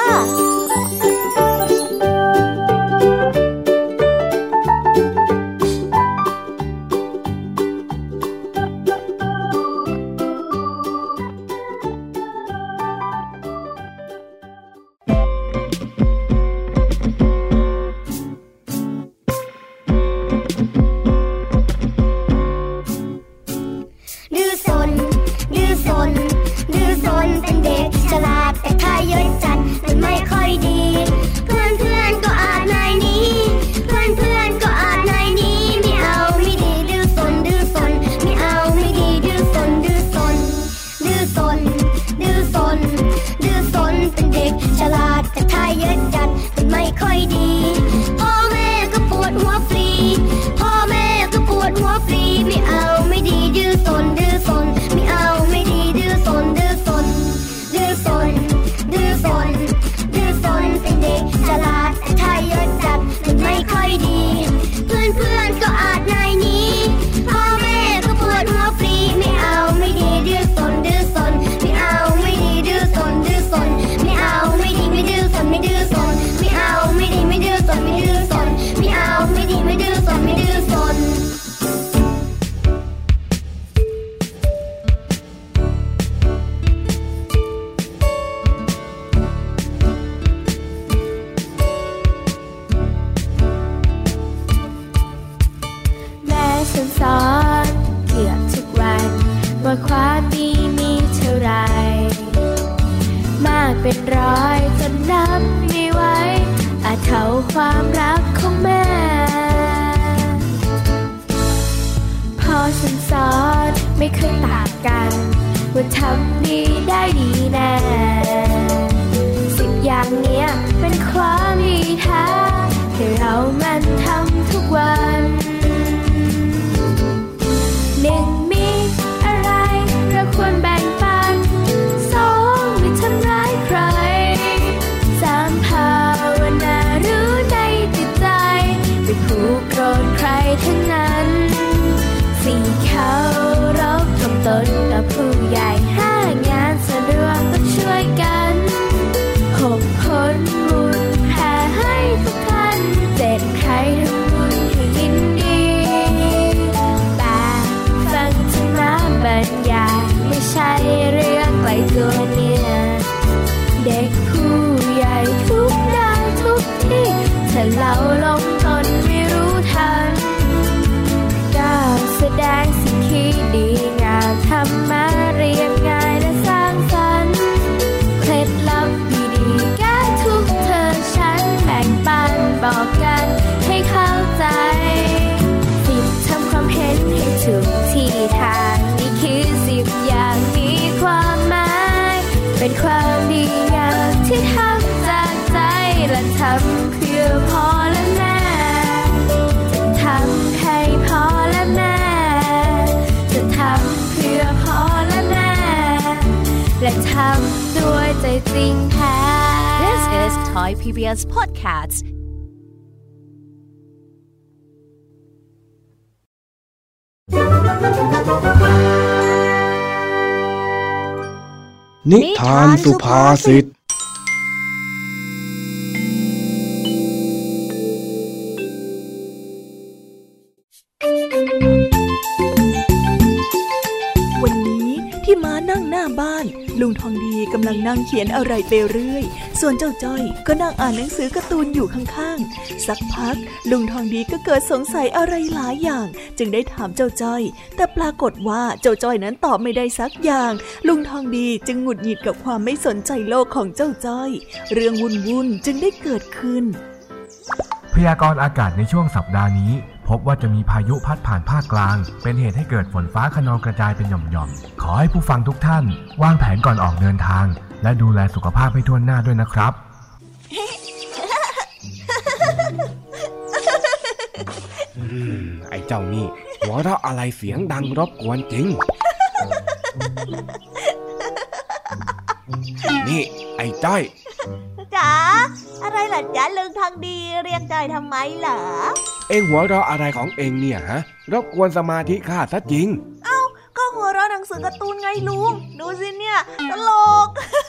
เป็นเด็กฉลาดแต่ถ้าเยอะจัดมันไม่ค่อยอนเกือบทุกวันว่าความดีมีเท่าไรมากเป็นร้อยจนนับไม่ไหวอาจเท่าความรักของแม่พ่อฉันสอนไม่เคยต่างกันว่าทำดีได้ดีแน่สิ่งอย่างเนี้ยเป็นความดีแท้ให้เรามันทำทุกวันหนึ่งมีอะไรเราควรแบ่งปันสองไม่ทำร้ายใครสามภาวนารู้ในจิตใจไม่ผูกโกรธใครทั้งนั้นสี่เคารพถ่อมตนต่อผู้ใหญ่ห้างานสะดวกต้องช่วยกันหกผลบุญแผ่ให้ทุกท่านเจ็ดใครทำบุญให้ยินดีแปดฟังธรรมะบรรยายไม่ใช่เรื่องไกลตัวเนี่ยเด็กผู้ใหญ่ทุกด้านทุกที่ถ้าเราลงตนไม่รู้ทันก้าวแสดงสิ่งที่ดีงามธรรมะเรียบง่ายและสร้างสรรค์เคล็ดลับดีๆแก้ทุกเธอฉันแบ่งปันบอกกันให้เข้าใจสิบทำความเห็นให้ถูกที่ทางนี่คือสิบอย่างมีความหมายเป็นความดีงามที่ทำจากใจและทำเพื่อพ่อและแม่จะทำให้พ่อและแม่จะทำเพื่อพ่อและแม่และทำด้วยใจจริงแท้ This is Thai พี บี เอส Podcast นิทานสุภาษิตวันนี้ที่ม้านั่งหน้าบ้านลุงทองดีกำลังนั่งเขียนอะไรไปเรื่อยส่วนเจ้าจ้อยก็นั่งอ่านหนังสือการ์ตูนอยู่ข้างๆสักพักลุงทองดีก็เกิดสงสัยอะไรหลายอย่างจึงได้ถามเจ้าจ้อยแต่ปรากฏว่าเจ้าจ้อยนั้นตอบไม่ได้สักอย่างลุงทองดีจึงหงุดหงิดกับความไม่สนใจโลกของเจ้าจ้อยเรื่องวุ่นๆจึงได้เกิดขึ้นพยากรณ์อากาศในช่วงสัปดาห์นี้พบว่าจะมีพายุพัดผ่านภาคกลางเป็นเหตุให้เกิดฝนฟ้าคะนองกระจายเป็นหย่อมๆขอให้ผู้ฟังทุกท่านวางแผนก่อนออกเดินทางและดูแลสุขภาพให้ทั่วหน้าด้วยนะครับไอ้เจ้านี่หัวเราะอะไรเสียงดังรบกวนจริง นี่ไอ้จ้อยจ๋าอะไรล่ะจ๊ะลุงทองดีเรียกจ้อยทำไมเหรอเอ็งหัวเราะอะไรของเอ็งเนี่ยฮะรบกวนสมาธิข้าซะจริงเอ้าก็หัวเราะหนังสือการ์ตูนไงลุงดูสิเนี่ยตลก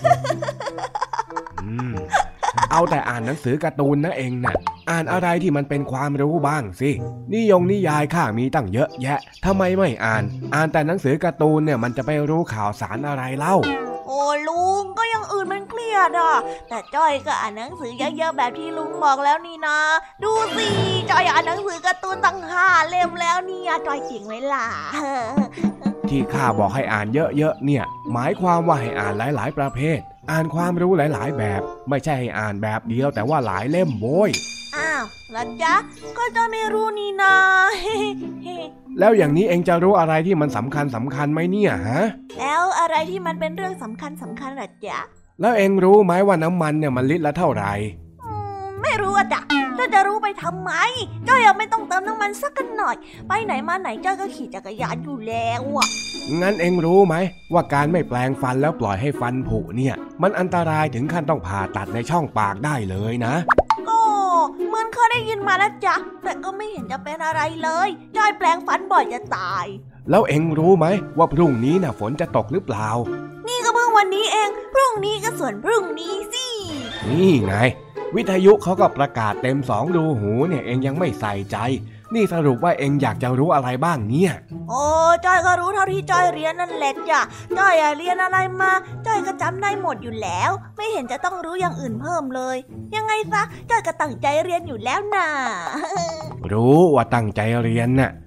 อืมเอาแต่อ่านหนังสือการ์ตูนนะเอ็งน่ะอ่านอะไรที่มันเป็นความรู้บ้างสินิยงนิยายข้ามีตั้งเยอะแยะทำไมไม่อ่านอ่านแต่หนังสือการ์ตูนเนี่ยมันจะไปรู้ข่าวสารอะไรเล่าโอ้ลุงก็ยังอื่นมันเครียดอ่ะแต่จ้อยก็อ่านหนังสือเยอะๆแบบที่ลุงบอกแล้วนี่นะดูสิจ้อยอ่านหนังสือการ์ตูนตั้งห้าเล่มแล้วเนี่ยจ้อยเก่งไหมล่ะที่ข้าบอกให้อ่านเยอะๆเนี่ยหมายความว่าให้อ่านหลายๆประเภทอ่านความรู้หลายๆแบบไม่ใช่ให้อ่านแบบเดียวแต่ว่าหลายเล่มโว้ยอ้าวแล้วจ๊ะก็จะไม่รู้นี่นาแล้วอย่างนี้เองจะรู้อะไรที่มันสำคัญสำคัญไหมเนี่ยฮะแล้วอะไรที่มันเป็นเรื่องสำคัญสำคัญล่ะจ๊ะแล้วเองรู้ไหมว่าน้ำมันเนี่ยมันลิตรละเท่าไหร่ไม่รู้อ่ะจ๊ะจะจะรู้ไปทำไมจ้อยยังไม่ต้องเติมน้ำมันสักกันหน่อยไปไหนมาไหนจ้อยก็ขี่จักรยานอยู่แล้วอ่ะงั้นเองรู้ไหมว่าการไม่แปลงฟันแล้วปล่อยให้ฟันผุเนี่ยมันอันตรายถึงขั้นต้องผ่าตัดในช่องปากได้เลยนะก็เหมือนเคยได้ยินมาแล้วจ๊ะแต่ก็ไม่เห็นจะเป็นอะไรเลยจ้อยแปลงฟันบ่อยจะตายแล้วเอ็งรู้ไหมว่าพรุ่งนี้น่ะฝนจะตกหรือเปล่านี่ก็เพิ่งวันนี้เองพรุ่งนี้ก็ส่วนพรุ่งนี้สินี่ไงวิทยุเขาก็ประกาศเต็มสองรูหูเนี่ยเอ็งยังไม่ใส่ใจนี่สรุปว่าเอ็งอยากจะรู้อะไรบ้างเนี่ยโอ้จ้อยก็รู้เท่าที่จ้อยเรียนนั่นแหละจ้ะจ้อยเรียนอะไรมาจ้อยก็จำได้หมดอยู่แล้วไม่เห็นจะต้องรู้อย่างอื่นเพิ่มเลยยังไงซะจ้อยก็ตั้งใจเรียนอยู่แล้วน่ะรู้ว่าตั้งใจเรียนน่ะ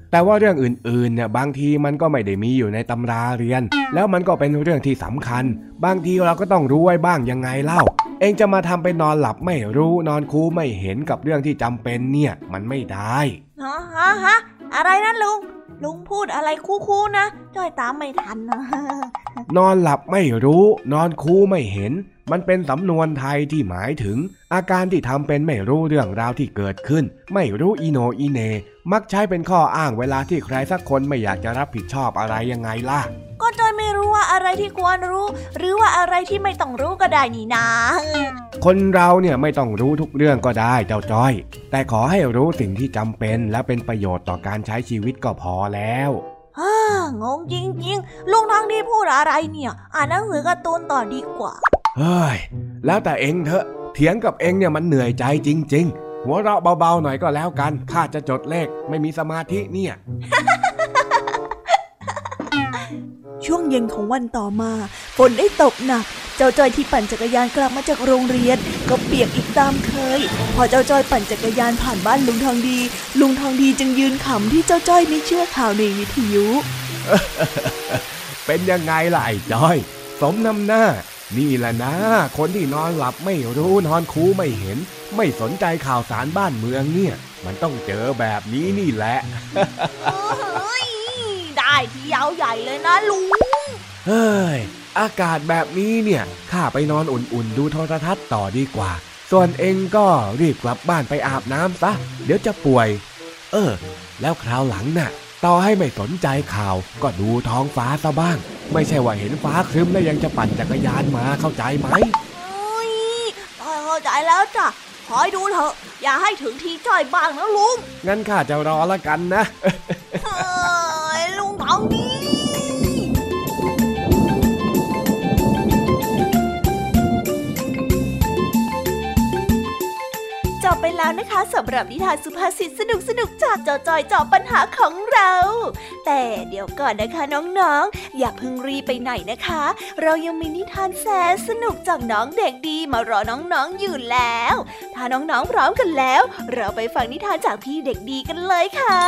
แต่ว่าเรื่องอื่นๆเนี่ยบางทีมันก็ไม่ได้มีอยู่ในตำราเรียนแล้วมันก็เป็นเรื่องที่สำคัญบางทีเราก็ต้องรู้ไว้บ้างยังไงเล่าเองจะมาทำเป็นนอนหลับไม่รู้นอนคูไม่เห็นกับเรื่องที่จำเป็นเนี่ยมันไม่ได้ฮะฮะฮะอะไรนะลุงลุงพูดอะไรคู่ๆนะจ้อยตามไม่ทันนะนอนหลับไม่รู้นอนคูไม่เห็นมันเป็นสำนวนไทยที่หมายถึงอาการที่ทำเป็นไม่รู้เรื่องราวที่เกิดขึ้นไม่รู้อีโนอีเนมักใช้เป็นข้ออ้างเวลาที่ใครสักคนไม่อยากจะรับผิดชอบอะไรยังไงล่ะก็จ้อยไม่รู้ว่าอะไรที่ควรรู้หรือว่าอะไรที่ไม่ต้องรู้ก็ได้นี่นาคนเราเนี่ยไม่ต้องรู้ทุกเรื่องก็ได้เจ้าจ้อยแต่ขอให้รู้สิ่งที่จำเป็นและเป็นประโยชน์ต่อการใช้ชีวิตก็พอแล้วฮ่างงจริงๆลุงทองดีพูดอะไรเนี่ยอ่านหนังสือการ์ตูนต่อดีกว่าเฮ้ยแล้วแต่เองเถอะเถียงกับเองเนี่ยมันเหนื่อยใจจริงๆหัวเราะเบาๆหน่อยก็แล้วกันข้าจะจดเลขไม่มีสมาธิเนี่ยช่วงเย็นของวันต่อมาฝนได้ตกหนักเจ้าจ้อยที่ปั่นจักรยานกลับมาจากโรงเรียนก็เปียกอีกตามเคยพอเจ้าจ้อยปั่นจักรยานผ่านบ้านลุงทองดีลุงทองดีจึงยืนขำที่เจ้าจ้อยไม่เชื่อข่าวในวิทยุเป็นยังไงล่ะไอ้จ้อยสมน้ำหน้านี่แหละนะคนที่นอนหลับไม่รู้นอนคูไม่เห็นไม่สนใจข่าวสารบ้านเมืองเนี่ยมันต้องเจอแบบนี้นี่แหละได้ที่ยาวใหญ่เลยนะลุงเฮ้ยอากาศแบบนี้เนี่ยข้าไปนอนอุ่นๆดูโทรทัศน์ต่อดีกว่าส่วนเองก็รีบกลับบ้านไปอาบน้ำซะเดี๋ยวจะป่วยเออแล้วคราวหลังน่ะต่อให้ไม่สนใจข่าวก็ดูท้องฟ้าซะบ้างไม่ใช่ว่าเห็นฟ้าครึ้มแล้วยังจะปั่นจักรยานมาเข้าใจไหมโอ้ยเข้าใจแล้วจ้ะคอยดูเถอะอย่าให้ถึงทีจ้อยบ้างนะลุงงั้นข้าจะรอละกันนะเฮ้ยลุงทองดีจบไปแล้วนะคะสำหรับนิทานสุภาษิตสนุกๆจากเจ้าจ้อยจอบปัญหาของเราแต่เดี๋ยวก่อนนะคะน้องๆอย่าเพิ่งรีบไปไหนนะคะเรายังมีนิทานแสนสนุกจากน้องเด็กดีมารอน้องๆอยู่แล้วถ้าน้องๆพร้อมกันแล้วเราไปฟังนิทานจากพี่เด็กดีกันเลยค่ะ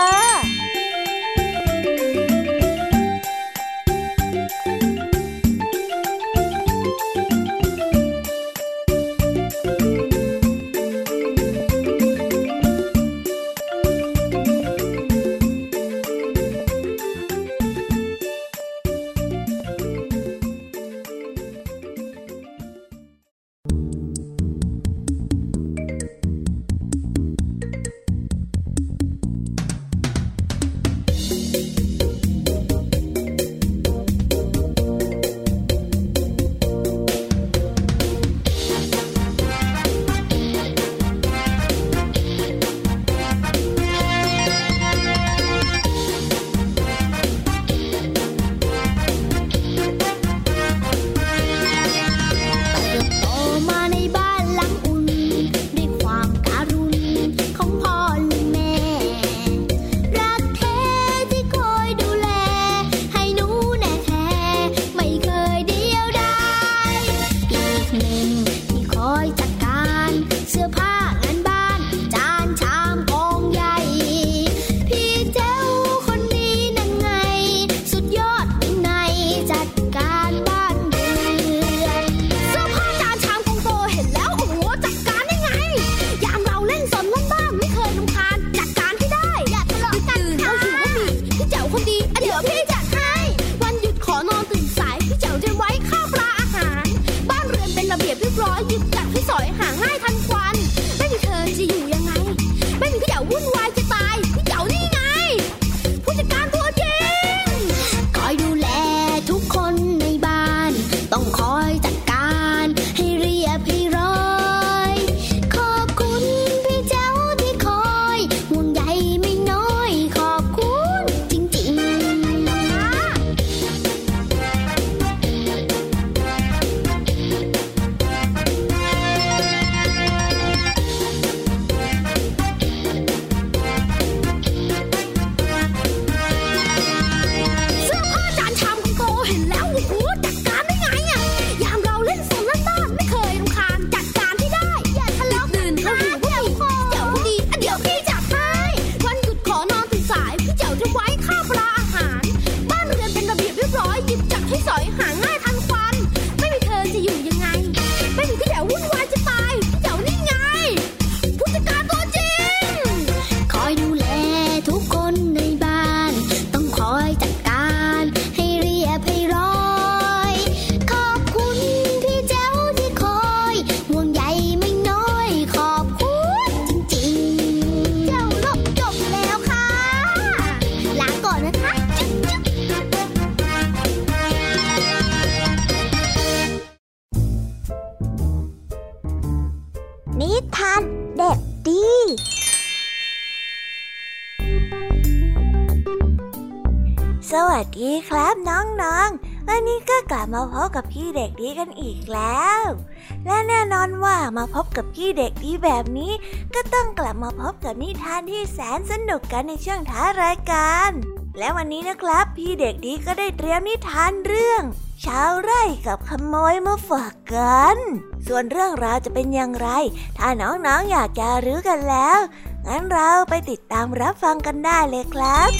สวัสดีครับน้องๆวันนี้ก็กลับมาพบกับพี่เด็กดีกันอีกแล้วและแน่นอนว่ามาพบกับพี่เด็กดีแบบนี้ก็ต้องกลับมาพบกับนิทานที่แสนสนุกกันในช่วงท้ายรายการและวันนี้นะครับพี่เด็กดีก็ได้เตรียมนิทานเรื่องชาวไร่กับขโมยมาฝากกันส่วนเรื่องราวจะเป็นอย่างไรถ้าน้องๆ อ, อยากจะรู้กันแล้วงั้นเราไปติดตามรับฟังกันได้เลยครับ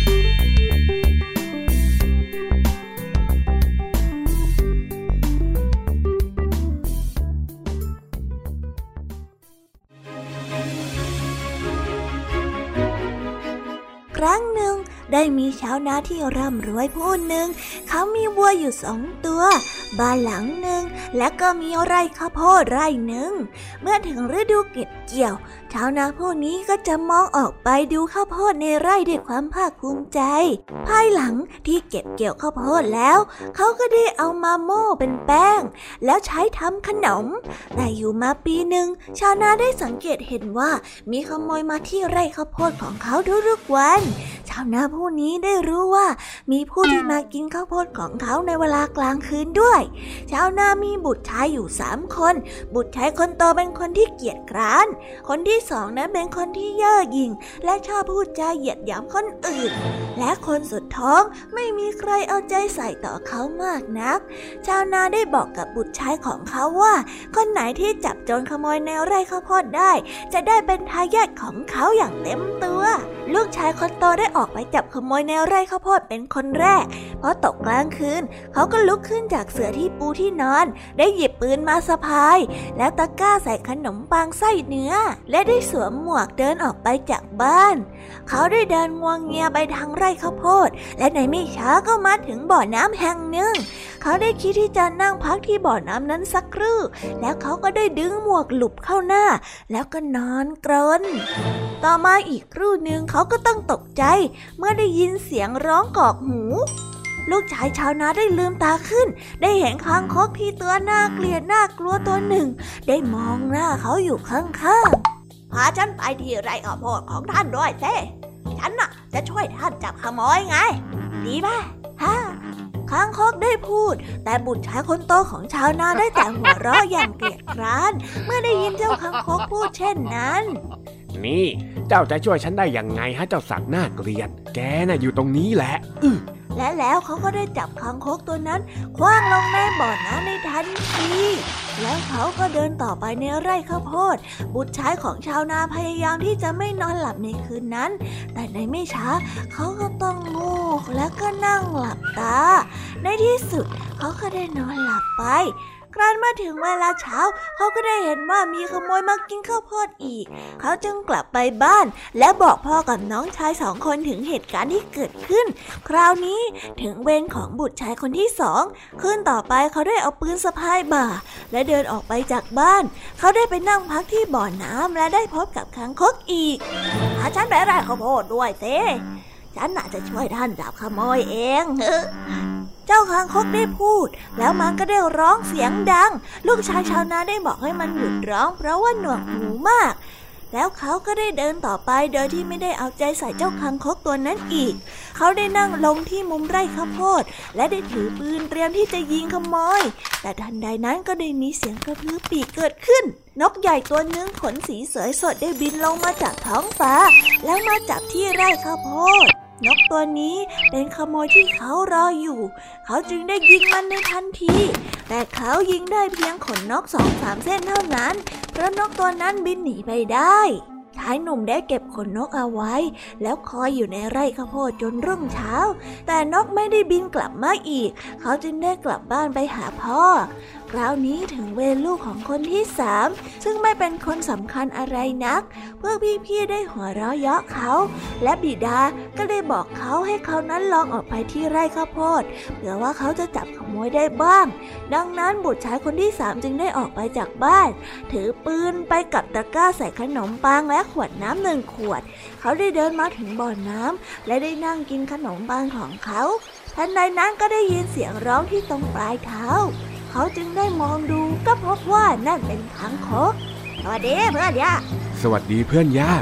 ครั้งหนึ่งได้มีชาวนาที่ร่ำรวยผู้หนึ่งเขามีวัวอยู่สองตัวบ้านหลังหนึ่งและก็มีไร่ข้าวโพดไร่หนึ่งเมื่อถึงฤดูเก็บเกี่ยวชาวนาผู้นี้ก็จะมองออกไปดูข้าวโพดในไร่ด้วยความภาคภูมิใจภายหลังที่เก็บเกี่ยวข้าวโพดแล้วเขาก็ได้เอามาโม่เป็นแป้งแล้วใช้ทำขนมแต่อยู่มาปีหนึ่งชาวนาได้สังเกตเห็นว่ามีขโมยมาที่ไร่ข้าวโพดของเขาทุกๆวันชาวนาผู้นี้ได้รู้ว่ามีผู้ที่มากินข้าวโพดของเขาในเวลากลางคืนด้วยชาวนามีบุตรชายอยู่สามคนบุตรชายคนโตเป็นคนที่เกียจคร้านคนที่สองนั้นเป็นคนที่เย่อหยิ่งและชอบพูดจาเหยียดหยามคนอื่นและคนสุดท้องไม่มีใครเอาใจใส่ต่อเขามากนักชาวนาได้บอกกับบุตรชายของเขาว่าคนไหนที่จับโจรขโมยในไร่ข้าวโพดได้จะได้เป็นทายาทของเขาอย่างเต็มตัวลูกชายคนโตได้ออกไปจับขโมยในไร่ข้าวโพดเป็นคนแรกพอตกกลางคืนเขาก็ลุกขึ้นจากเสื่อที่ปูที่นอนได้หยิบปืนมาสะพายแล้วตะกร้าใส่ขนมปังไส้เนื้อและได้สวมหมวกเดินออกไปจากบ้านเขาได้เดินงัวเงียไปทางไร่ข้าวโพดและในไม่ช้าก็มาถึงบ่อน้ำแห่งหนึ่งเขาได้คิดที่จะนั่งพักที่บ่อน้ำนั้นสักครู่แล้วเขาก็ได้ดึงหมวกหลุบเข้าหน้าแล้วก็นอนกรนต่อมาอีกครู่หนึ่งเขาก็ต้องตกใจเมื่อได้ยินเสียงร้องกอกหูลูกชายชาวนาได้ลืมตาขึ้นได้เห็นคางคกที่ตัวน่าเกลียดน่ากลัวตัวหนึ่งได้มองหน้าเขาอยู่ข้างๆพาฉันไปที่ไร่ข้าวโพดของท่านด้วยเซ่ฉันน่ะจะช่วยท่านจับขโมยไงดีป่ะฮะคางคกได้พูดแต่บุตรชายคนโตของชาวนาได้แต่หัวเราะอย่างเกลียดคร้านเมื่อได้ยินเจ้าคางคกพูดเช่นนั้นนี่เจ้าจะช่วยฉันได้ยังไงฮะเจ้าสัตว์น่าเกลียดแกน่ะอยู่ตรงนี้แหละอื้อและแล้วเขาก็ได้จับคางคกตัวนั้นขว้างลงในบ่อน้ำในทันทีแล้วเขาก็เดินต่อไปในไร่ข้าวโพดบุตรชายของชาวนาพยายามที่จะไม่นอนหลับในคืนนั้นแต่ในไม่ช้าเขาก็ต้องงูกและก็นั่งหลับตาในที่สุดเขาก็ได้นอนหลับไปครั้นมาถึงเวลาเช้าเขาก็ได้เห็นว่ามีขโมยมากินข้าวโพดอีกเขาจึงกลับไปบ้านและบอกพ่อกับน้องชายสองคนถึงเหตุการณ์ที่เกิดขึ้นคราวนี้ถึงเวรของบุตรชายคนที่สองคืนต่อไปเขาได้เอาปืนสะพายบ่าและเดินออกไปจากบ้านเขาได้ไปนั่งพักที่บ่อน้ำและได้พบกับคางคกอีกหาฉันไปไร่ข้าวโพดด้วยเซ่ฉันน่าจะช่วยท่านจับขโมยเองเจ้าคางคกได้พูดแล้วมันก็ได้ร้องเสียงดังลูกชายชาวนาได้บอกให้มันหยุดร้องเพราะว่าหนวกหูมากแล้วเขาก็ได้เดินต่อไปโดยที่ไม่ได้เอาใจใส่เจ้าคางคกตัวนั้นอีกเขาได้นั่งลงที่มุมไร่ข้าวโพดและได้ถือปืนเตรียมที่จะยิงขโมยแต่ทันใดนั้นก็ได้มีเสียงกระพือปีกเกิดขึ้นนกใหญ่ตัวหนึ่งขนสีสวยสดได้บินลงมาจากท้องฟ้าแล้วมาจับที่ไร่ข้าวโพดนกตัวนี้เป็นขโมยที่เขารออยู่เขาจึงได้ยิงมันในทันทีแต่เขายิงได้เพียงขนนกสองสามเส้นเท่านั้นเพราะนกตัวนั้นบินหนีไปได้ชายหนุ่มได้เก็บขนนกเอาไว้แล้วคอยอยู่ในไร่ข้าวโพดจนรุ่งเช้าแต่นกไม่ได้บินกลับมาอีกเขาจึงได้กลับบ้านไปหาพ่อคราวนี้ถึงเวรลูกของคนที่สามซึ่งไม่เป็นคนสำคัญอะไรนักพวกพี่ๆได้หัวเราะเยาะเขาและบิดาก็ได้บอกเขาให้เขานั้นลองออกไปที่ไร่ข้าวโพดเผื่อว่าเขาจะจับขโมยได้บ้างดังนั้นบุตรชายคนที่สามจึงได้ออกไปจากบ้านถือปืนไปกับตะกร้าใส่ขนมปังและขวดน้ำหนึ่งขวดเขาได้เดินมาถึงบ่อน้ำและได้นั่งกินขนมปังของเขาทันใดนั้นก็ได้ยินเสียงร้องที่ตรงปลายเท้าเขาจึงได้มองดูก็พบว่านั่นเป็นคางคกสวัสดีเพื่อนยากสวัสดีเพื่อนยาก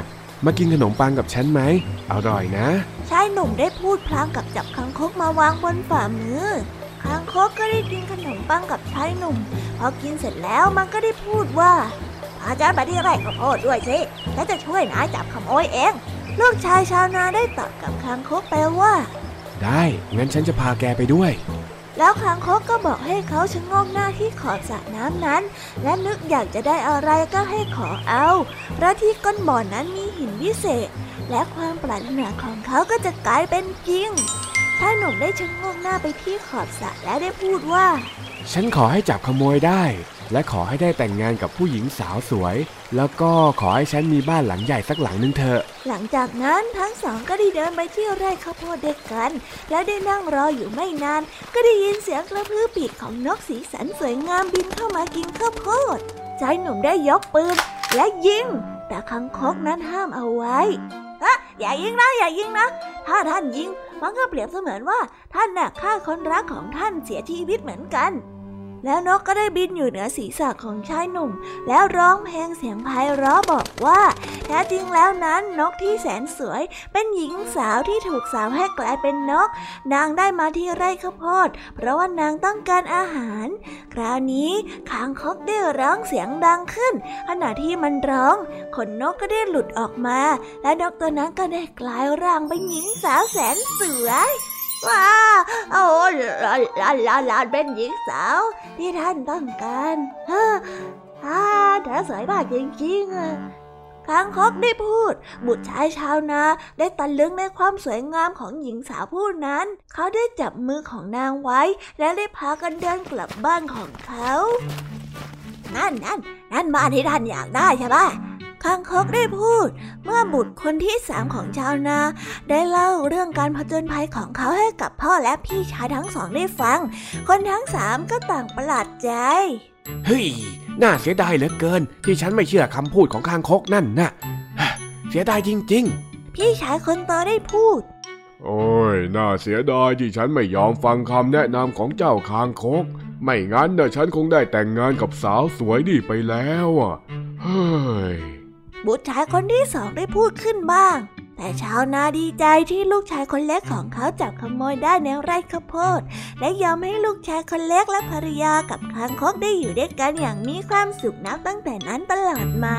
มากินขนมปังกับฉันไหมอร่อยนะชายหนุ่มได้พูดพลางกับจับคางคกมาวางบนฝ่ามือคางคกก็ได้กินขนมปังกับชายหนุ่มพอกินเสร็จแล้วมันก็ได้พูดว่าพาฉันไปที่ไร่ข้าวโพดด้วยสิฉันจะช่วยนายจับขโมยเองลูกชายชาวนาได้ตอบกับคางคกไปว่าได้งั้นฉันจะพาแกไปด้วยแล้วคางคกก็บอกให้เขาชะโงกหน้าที่ขอบสระน้ำนั้นและนึกอยากจะได้อะไรก็ให้ขอเอาเพราะที่ก้นบ่อนั้นมีหินวิเศษและความปรารถนาของเขาก็จะกลายเป็นจริงชายหนุ่มได้ชะโงกหน้าไปที่ขอบสระและได้พูดว่าฉันขอให้จับขโมยได้และขอให้ได้แต่งงานกับผู้หญิงสาวสวยแล้วก็ขอให้ฉันมีบ้านหลังใหญ่สักหลังนึงเถอะหลังจากนั้นทั้งสองก็ได้เดินไปที่ไร่ข้าวโพดด้วยกันและได้นั่งรออยู่ไม่นานก็ได้ยินเสียงกระพือปีกของนกสีสันสวยงามบินเข้ามากินข้าวโพดชายหนุ่มได้ยกปืนและยิงแต่คางคกนั้นห้ามเอาไว้ฮะอย่ายิงนะอย่ายิงนะถ้าท่านยิงมันก็เปรียบเสมือนว่าท่านน่ะฆ่าคนรักของท่านเสียชีวิตเหมือนกันแล้วนกก็ได้บินอยู่เหนือศีรษะของชายหนุ่มแล้วร้องเพลงเสียงไพเราะบอกว่าแท้จริงแล้วนั้นนกที่แสนสวยเป็นหญิงสาวที่ถูกสาวให้กลายเป็นนกนางได้มาที่ไร่ข้าวโพดเพราะว่านางต้องการอาหารคราวนี้คางคกได้ร้องเสียงดังขึ้นขณะที่มันร้องขนนกก็ได้หลุดออกมาและนกตัวนั้นก็ได้กลายร่างเป็นหญิงสาวแสนสวยว้าโอ้ลาลาลาลาเป็นหญิงสาวที่ท่านต้องการฮ่าฮ่าเธอสวยมากจริงๆอ่ะคางคกได้พูดบุตรชายชาวนาได้ตะลึงในความสวยงามของหญิงสาวผู้นั้นเขาได้จับมือของนางไว้และได้พากันเดินกลับบ้านของเขานั่นนั่นนั่นบ้านที่ท่านอยากได้ใช่ไหมคางคกได้พูดเมื่อบุตรคนที่สามของชาวนาได้เล่าเรื่องการผจญภัยของเขาให้กับพ่อและพี่ชายทั้งสองได้ฟังคนทั้งสามก็ต่างประหลาดใจเฮ้ยน่าเสียดายเหลือเกินที่ฉันไม่เชื่อคำพูดของคางคกนั่นนะเสียดายจริงๆพี่ชายคนโตได้พูดโอ้ยน่าเสียดายที่ฉันไม่ยอมฟังคำแนะนำของเจ้าคางคกไม่งั้นน่ะฉันคงได้แต่งงานกับสาวสวยนี่ไปแล้วอ่ะเฮ้ยบุตรชายคนที่สองได้พูดขึ้นบ้างแต่ชาวนาดีใจที่ลูกชายคนเล็กของเขาจับขโมยได้ในไร่ข้าวโพดและยอมให้ลูกชายคนเล็กและภรรยากับคางคกได้อยู่ด้วยกันอย่างมีความสุขนับตั้งแต่นั้นตลอดมา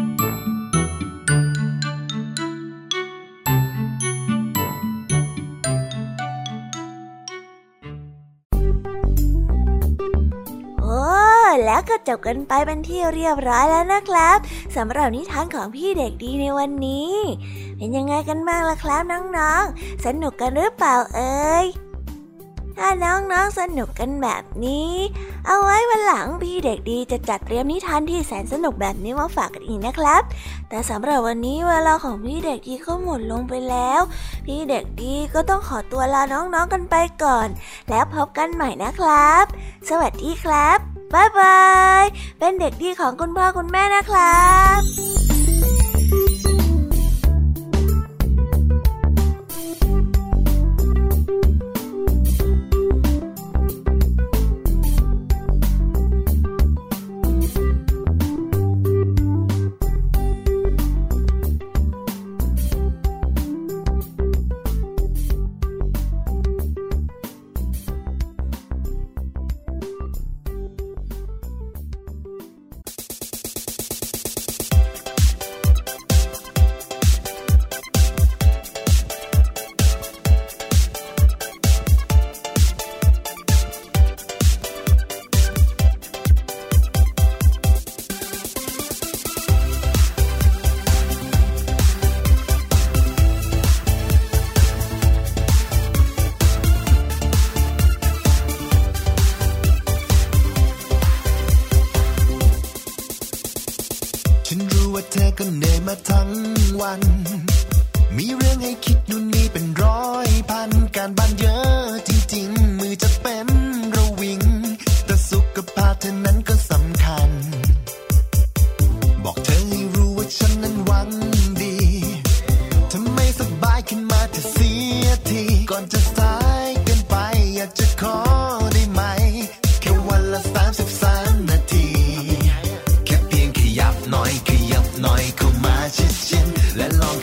แล้วก็จบกันไปเป็นที่เรียบร้อยแล้วนะครับสำหรับนิทานของพี่เด็กดีในวันนี้เป็นยังไงกันบ้างล่ะครับน้องๆสนุกกันหรือเปล่าเอ่ยถ้าน้องๆสนุกกันแบบนี้เอาไว้วันหลังพี่เด็กดีจะจัดเตรียมนิทานที่แสนสนุกแบบนี้มาฝากกันอีกนะครับแต่สำหรับวันนี้เวลาของพี่เด็กดีก็หมดลงไปแล้วพี่เด็กดีก็ต้องขอตัวลาน้องๆกันไปก่อนแล้วพบกันใหม่นะครับสวัสดีครับบ๊ายบายเป็นเด็กดีของคุณพ่อคุณแม่นะครับมีเรื่องให้คิดนู่นนี่เป็นร้อยพันการบ้านเยอะจริงๆมือจะเป็นระวิงแต่สุขภาพเธอนั้นก็สำคัญบอกเธอให้รู้ว่าฉันนั้นหวังดีถ้าไม่สบายขึ้นมาเธอเสียทีก่อนจะสายเกินไปอยากจะขอได้ไหมแค่วันละสามสิบสามนาทีแค่เพียงขยับหน่อยขยับหน่อยเข้ามาชิดๆและลอง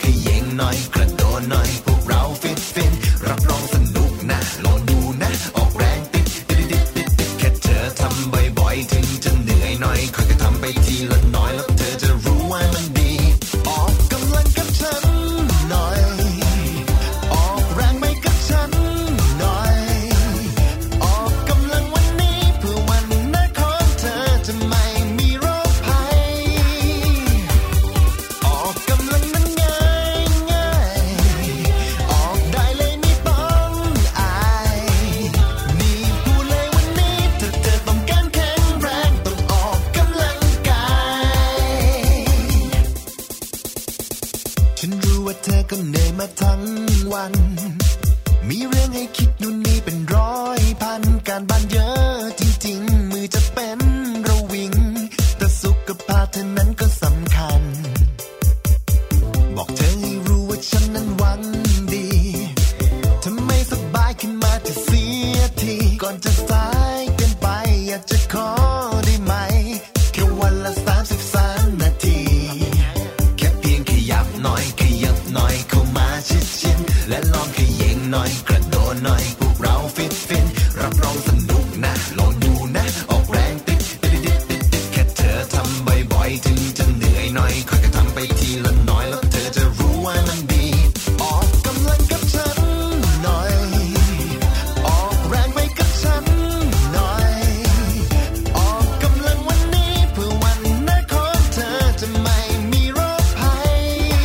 มาทั้งวันมีเรื่องให้คิดนู่นนี่เป็นร้อยพันการบ้านเยอะจริงๆมือจะเป็นระวิงแต่สุขภาพเธอนั้นก็สำคัญบอกเธอให้รู้ว่าฉันนั้นหวังดีถ้าไม่สบายขึ้นมาจะเสียทีก่อนจะสายเกินไปอยากจะขอได้ไหมแค่วันละสามสิบสามนาทีแค่เพียงขยับหน่อยขยับหน่อยเข้ามาชิดๆและลองขยิงหน่อยกระโดดหน่อยพวกเราฟิตฟินรับรองสนุกนะลองดูนะออกแรงติดติดติดติดติดแค่เธอทำบ่อยๆถึงจะเหนื่อยหน่อยค่อยๆทำไปทีละน้อยแล้วเธอจะรู้ว่ามันดีออกกำลังกับฉันหน่อยออกแรงไปกับฉันหน่อยออกกำลังวันนี้เพื่อวันหน้าของเธอจะไม่มีโรคภัย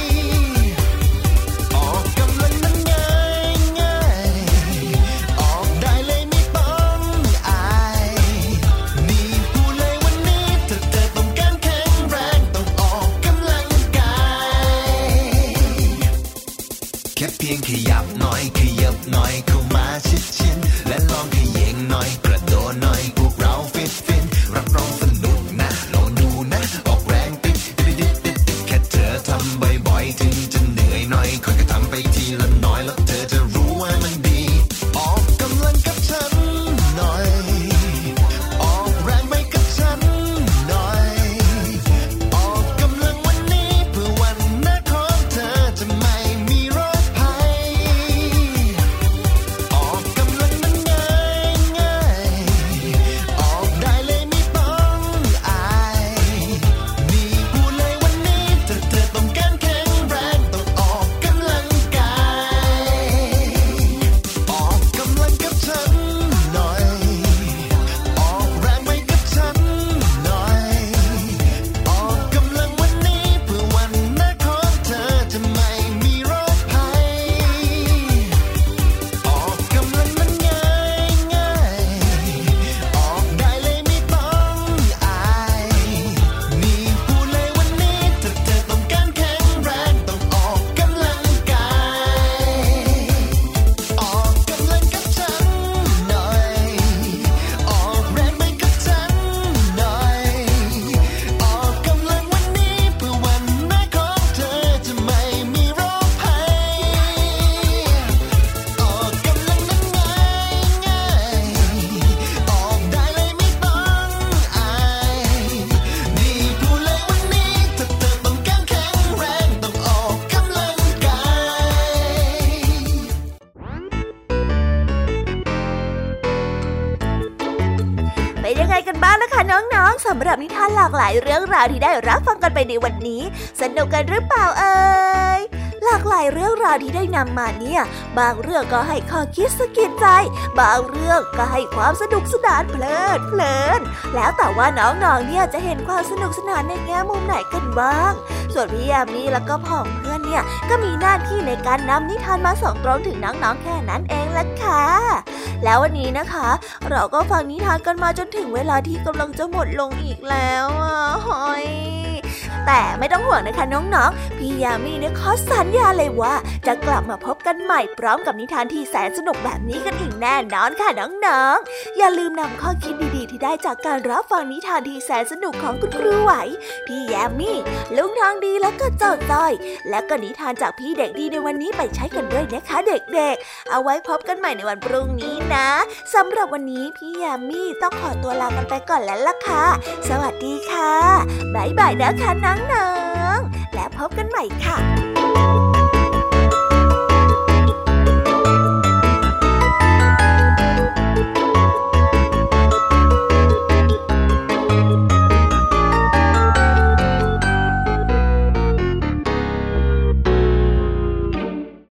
ออกกำลังนั้นง่ายง่ายออกได้เลยไม่ต้องอายนี่พูดเลยวันนี้ถ้าเธอต้องการแข็งแรงต้องออกกำลังกายแค่เพียงขยับหน่อยขยับหน่อยเข้ามาชิดๆและลองขยิงหน่อยกระโดดหน่อยพวกเราฟิตฟินรับรองสนุกนะลองดูนะออกแรงติดติดติดติดติดแค่เธอทำบ่อยๆถึงจะเหนื่อยหน่อยค่อยๆทำไปทีละน้อยแล้วเธอจะรู้ว่ามันดีออกกำลังกับฉันหน่อยออกแรงไปกับฉันหน่อยออกกำลังวันนี้เพื่อวันหน้าของเธอจะไม่มีโรคภัยออกกำลังนั้นง่ายง่ายออกได้เลยไม่ต้องอายนี่พูดเลยวันนี้ถ้าเธอต้องการแข็งแรงต้องออกกำลังกายออกกำลังกับฉันหน่อยออกแรงไปกับฉันหน่อยออกกำลังวันนี้เพื่อวันหน้าของเธอจะไม่มีโรคภัยออกกำลังมันง่ายง่ายออกได้เลยไม่ต้องอายนี่พูดเลยวันนี้ถ้าเธอต้องการแข็งแรงต้องออกกำลังกายออกกำลังกับฉันหน่อยออกแรงไปกับฉันหน่อยออกกำลังวันนี้เพื่อวันหน้าของเธอจะไม่มีโรคภัยออกกำลังนั้นง่ายง่ายออกได้เลยไม่ต้องอายนี่พูดเลยวันนี้ถ้าเธอต้องการแข็งแรงต้องออกกำลังกายเป็นยังไงกันบ้างล่ะคะน้องๆสำหรับนิทานหลากหลายเรื่องราวที่ได้รับฟังกันไปในวันนี้สนุกกันหรือเปล่าเอ่ยหลากหลายเรื่องราวที่ได้นำมาเนี่ยบางเรื่องก็ให้ข้อคิดสะกิดใจบางเรื่องก็ให้ความสนุกสนานเพลิดเพลินแล้วแต่ว่าน้องๆเนี่ยจะเห็นความสนุกสนานในแง่มุมไหนกันบ้างส่วนพี่ยามีแล้วก็พ่องเพื่อนเนี่ยก็มีหน้าที่ในการนำนิทานมาส่งตรงถึงน้องๆแค่นั้นเองล่ะค่ะแล้ววันนี้นะคะเราก็ฟังนิทานกันมาจนถึงเวลาที่กำลังจะหมดลงอีกแล้วอ่ะหอยแต่ไม่ต้องห่วงนะคะน้องๆพี่ยามีเนี่ยขอสัญญาเลยว่าจะกลับมาพบกันใหม่พร้อมกับนิทานที่แสนสนุกแบบนี้กันอีกแน่นอนค่ะน้องๆอย่าลืมนำข้อคิดดีๆที่ได้จากการรับฟังนิทานที่แสนสนุกของคุณครูไหวพี่ยามีลุงทองดีแล้วก็เจ้าจ้อยและก็นิทานจากพี่เด็กดีในวันนี้ไปใช้กันด้วยนะคะเด็กๆเอาไว้พบกันใหม่ในวันพรุ่งนี้นะสำหรับวันนี้พี่ยามีต้องขอตัวลากันไปก่อนแล้วล่ะค่ะสวัสดีค่ะบ๊ายบายนะคะน้องๆและพบกันใหม่ค่ะ